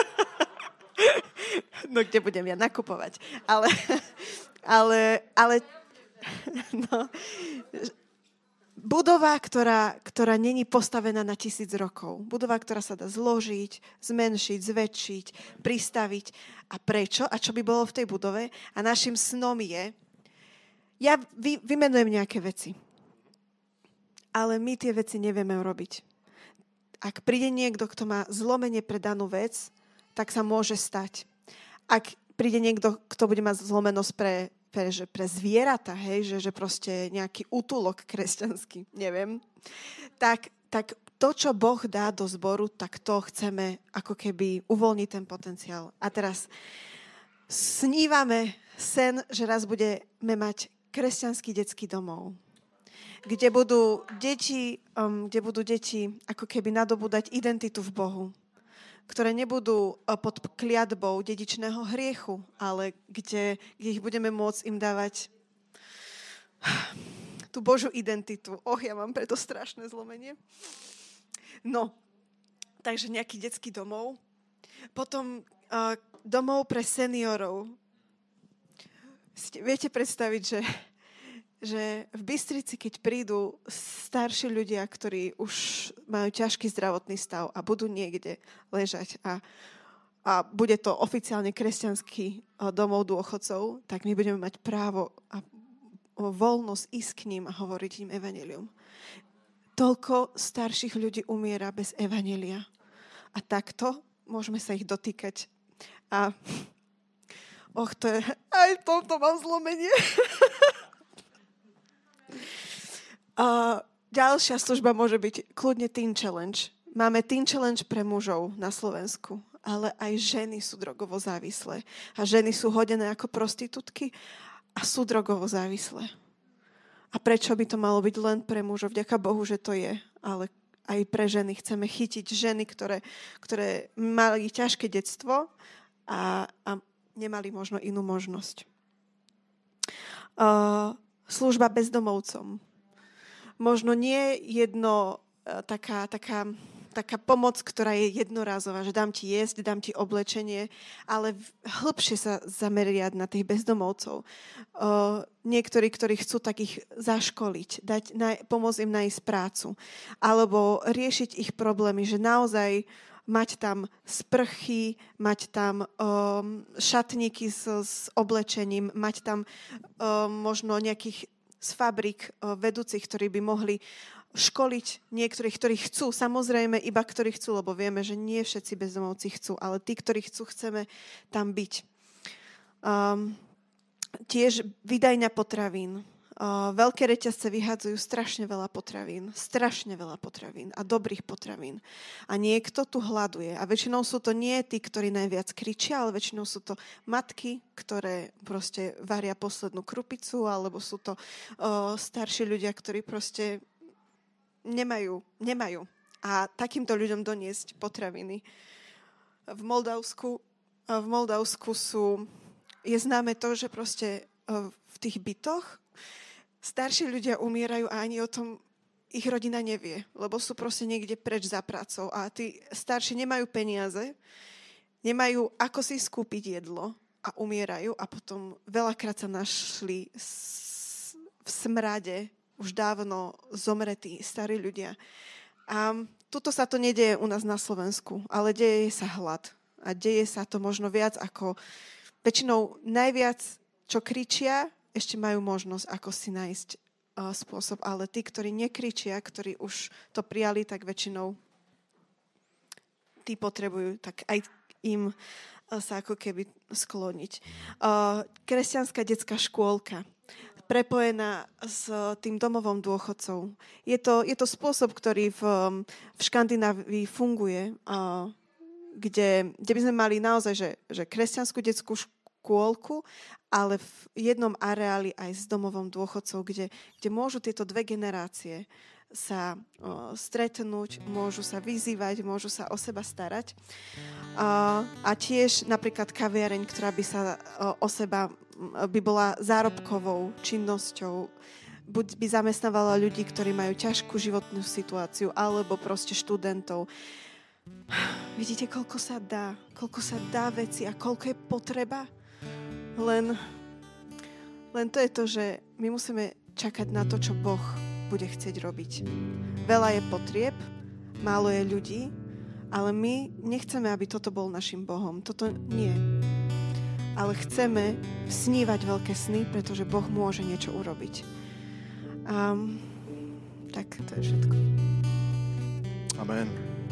No, kde budem ja nakupovať. Ale no. Budova, ktorá není postavená na 1000 rokov. Budova, ktorá sa dá zložiť, zmenšiť, zväčšiť, pristaviť. A prečo? A čo by bolo v tej budove? A našim snom je... Ja vymenujem nejaké veci. Ale my tie veci nevieme urobiť. Ak príde niekto, kto má zlomenie pre danú vec, tak sa môže stať. Ak príde niekto, kto bude mať zlomenosť pre zvieratá, hej, že proste nejaký útulok kresťanský, neviem, tak to, čo Boh dá do zboru, tak to chceme ako keby uvoľniť ten potenciál. A teraz snívame sen, že raz budeme mať kresťanský detský domov, kde budú deti ako keby nadobúdať identitu v Bohu, ktoré nebudú pod kliatbou dedičného hriechu, ale kde ich budeme môcť im dávať tú Božiu identitu. Ja mám preto strašné zlomenie. No, takže nejaký detský domov. Potom domov pre seniorov. Viete predstaviť, že v Bystrici, keď prídu starší ľudia, ktorí už majú ťažký zdravotný stav a budú niekde ležať a bude to oficiálne kresťanský domov dôchodcov, tak my budeme mať právo a voľnosť ísť k ním a hovoriť im evanjelium. Toľko starších ľudí umiera bez evanjelia. A takto môžeme sa ich dotýkať. A to je... Aj v tomto mám zlomenie. Ďalšia služba môže byť kľudne Teen Challenge. Máme Teen Challenge pre mužov na Slovensku, ale aj ženy sú drogovo závislé. A ženy sú hodené ako prostitútky a sú drogovo závislé. A prečo by to malo byť len pre mužov? Vďaka Bohu, že to je. Ale aj pre ženy chceme chytiť ženy, ktoré mali ťažké detstvo a nemali možno inú možnosť. Služba bezdomovcom. Možno nie taká taká pomoc, ktorá je jednorázová, že dám ti jesť, dám ti oblečenie, ale hĺbšie sa zameriať na tých bezdomovcov. Niektorí, ktorí chcú takých zaškoliť, pomôcť im nájsť prácu, alebo riešiť ich problémy, že naozaj mať tam sprchy, mať tam šatníky s oblečením, mať tam možno nejakých z fabrik vedúcich, ktorí by mohli školiť niektorých, ktorí chcú, samozrejme iba ktorí chcú, lebo vieme, že nie všetci bezdomovci chcú, ale tí, ktorí chcú, chceme tam byť. Tiež vydajňa potravín. Veľké reťazce vyhádzajú strašne veľa potravín a dobrých potravín. A niekto tu hladuje. A väčšinou sú to nie tí, ktorí najviac kričia, ale väčšinou sú to matky, ktoré proste varia poslednú krupicu, alebo sú to starší ľudia, ktorí proste nemajú. A takýmto ľuďom doniesť potraviny. V Moldavsku je známe to, že proste v tých bytoch starší ľudia umierajú a ani o tom ich rodina nevie, lebo sú proste niekde preč za prácou a tí starší nemajú peniaze, nemajú ako si skúpiť jedlo a umierajú a potom veľakrát sa našli v smrade už dávno zomretí starí ľudia. A tuto sa to nedieje u nás na Slovensku, ale deje sa hlad. A deje sa to možno viac ako väčšinou najviac, čo kričia, ešte majú možnosť, ako si nájsť spôsob. Ale tí, ktorí nekričia, ktorí už to prijali, tak väčšinou tí potrebujú, tak aj im sa ako keby skloniť. Kresťanská detská škôlka, prepojená s tým domovom dôchodcov. Je to spôsob, ktorý v Škandinávii funguje, kde by sme mali naozaj že kresťanskú detskú škôlku, ale v jednom areáli aj s domovom dôchodcov, kde môžu tieto dve generácie sa stretnúť, môžu sa vyzývať, môžu sa o seba starať. A tiež napríklad kaviareň, ktorá by sa o seba by bola zárobkovou činnosťou, buď by zamestnávala ľudí, ktorí majú ťažkú životnú situáciu, alebo proste študentov. Vidíte, koľko sa dá veci a koľko je potreba? Len to je to, že my musíme čakať na to, čo Boh bude chcieť robiť. Veľa je potrieb, málo je ľudí, ale my nechceme, aby toto bol našim Bohom. Toto nie. Ale chceme snívať veľké sny, pretože Boh môže niečo urobiť. Tak, to je všetko. Amen.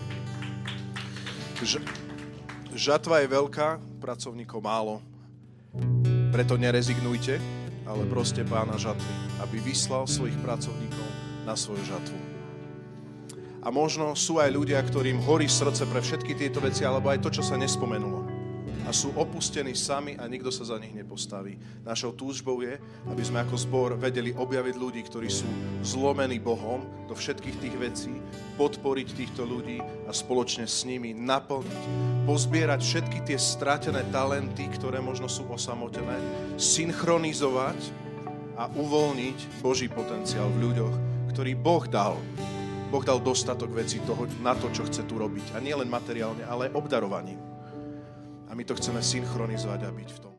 Žatva je veľká, pracovníkov málo. Preto nerezignujte, ale proste Pána žatvy, aby vyslal svojich pracovníkov na svoju žatvu. A možno sú aj ľudia, ktorým horí srdce pre všetky tieto veci, alebo aj to, čo sa nespomenulo. A sú opustení sami a nikto sa za nich nepostaví. Našou túžbou je, aby sme ako zbor vedeli objaviť ľudí, ktorí sú zlomení Bohom do všetkých tých vecí, podporiť týchto ľudí a spoločne s nimi naplniť, pozbierať všetky tie stratené talenty, ktoré možno sú osamotené, synchronizovať a uvoľniť Boží potenciál v ľuďoch, ktorý Boh dal. Boh dal dostatok vecí na to, čo chce tu robiť. A nie len materiálne, ale aj obdarovaním. A my to chceme synchronizovať a byť v tom.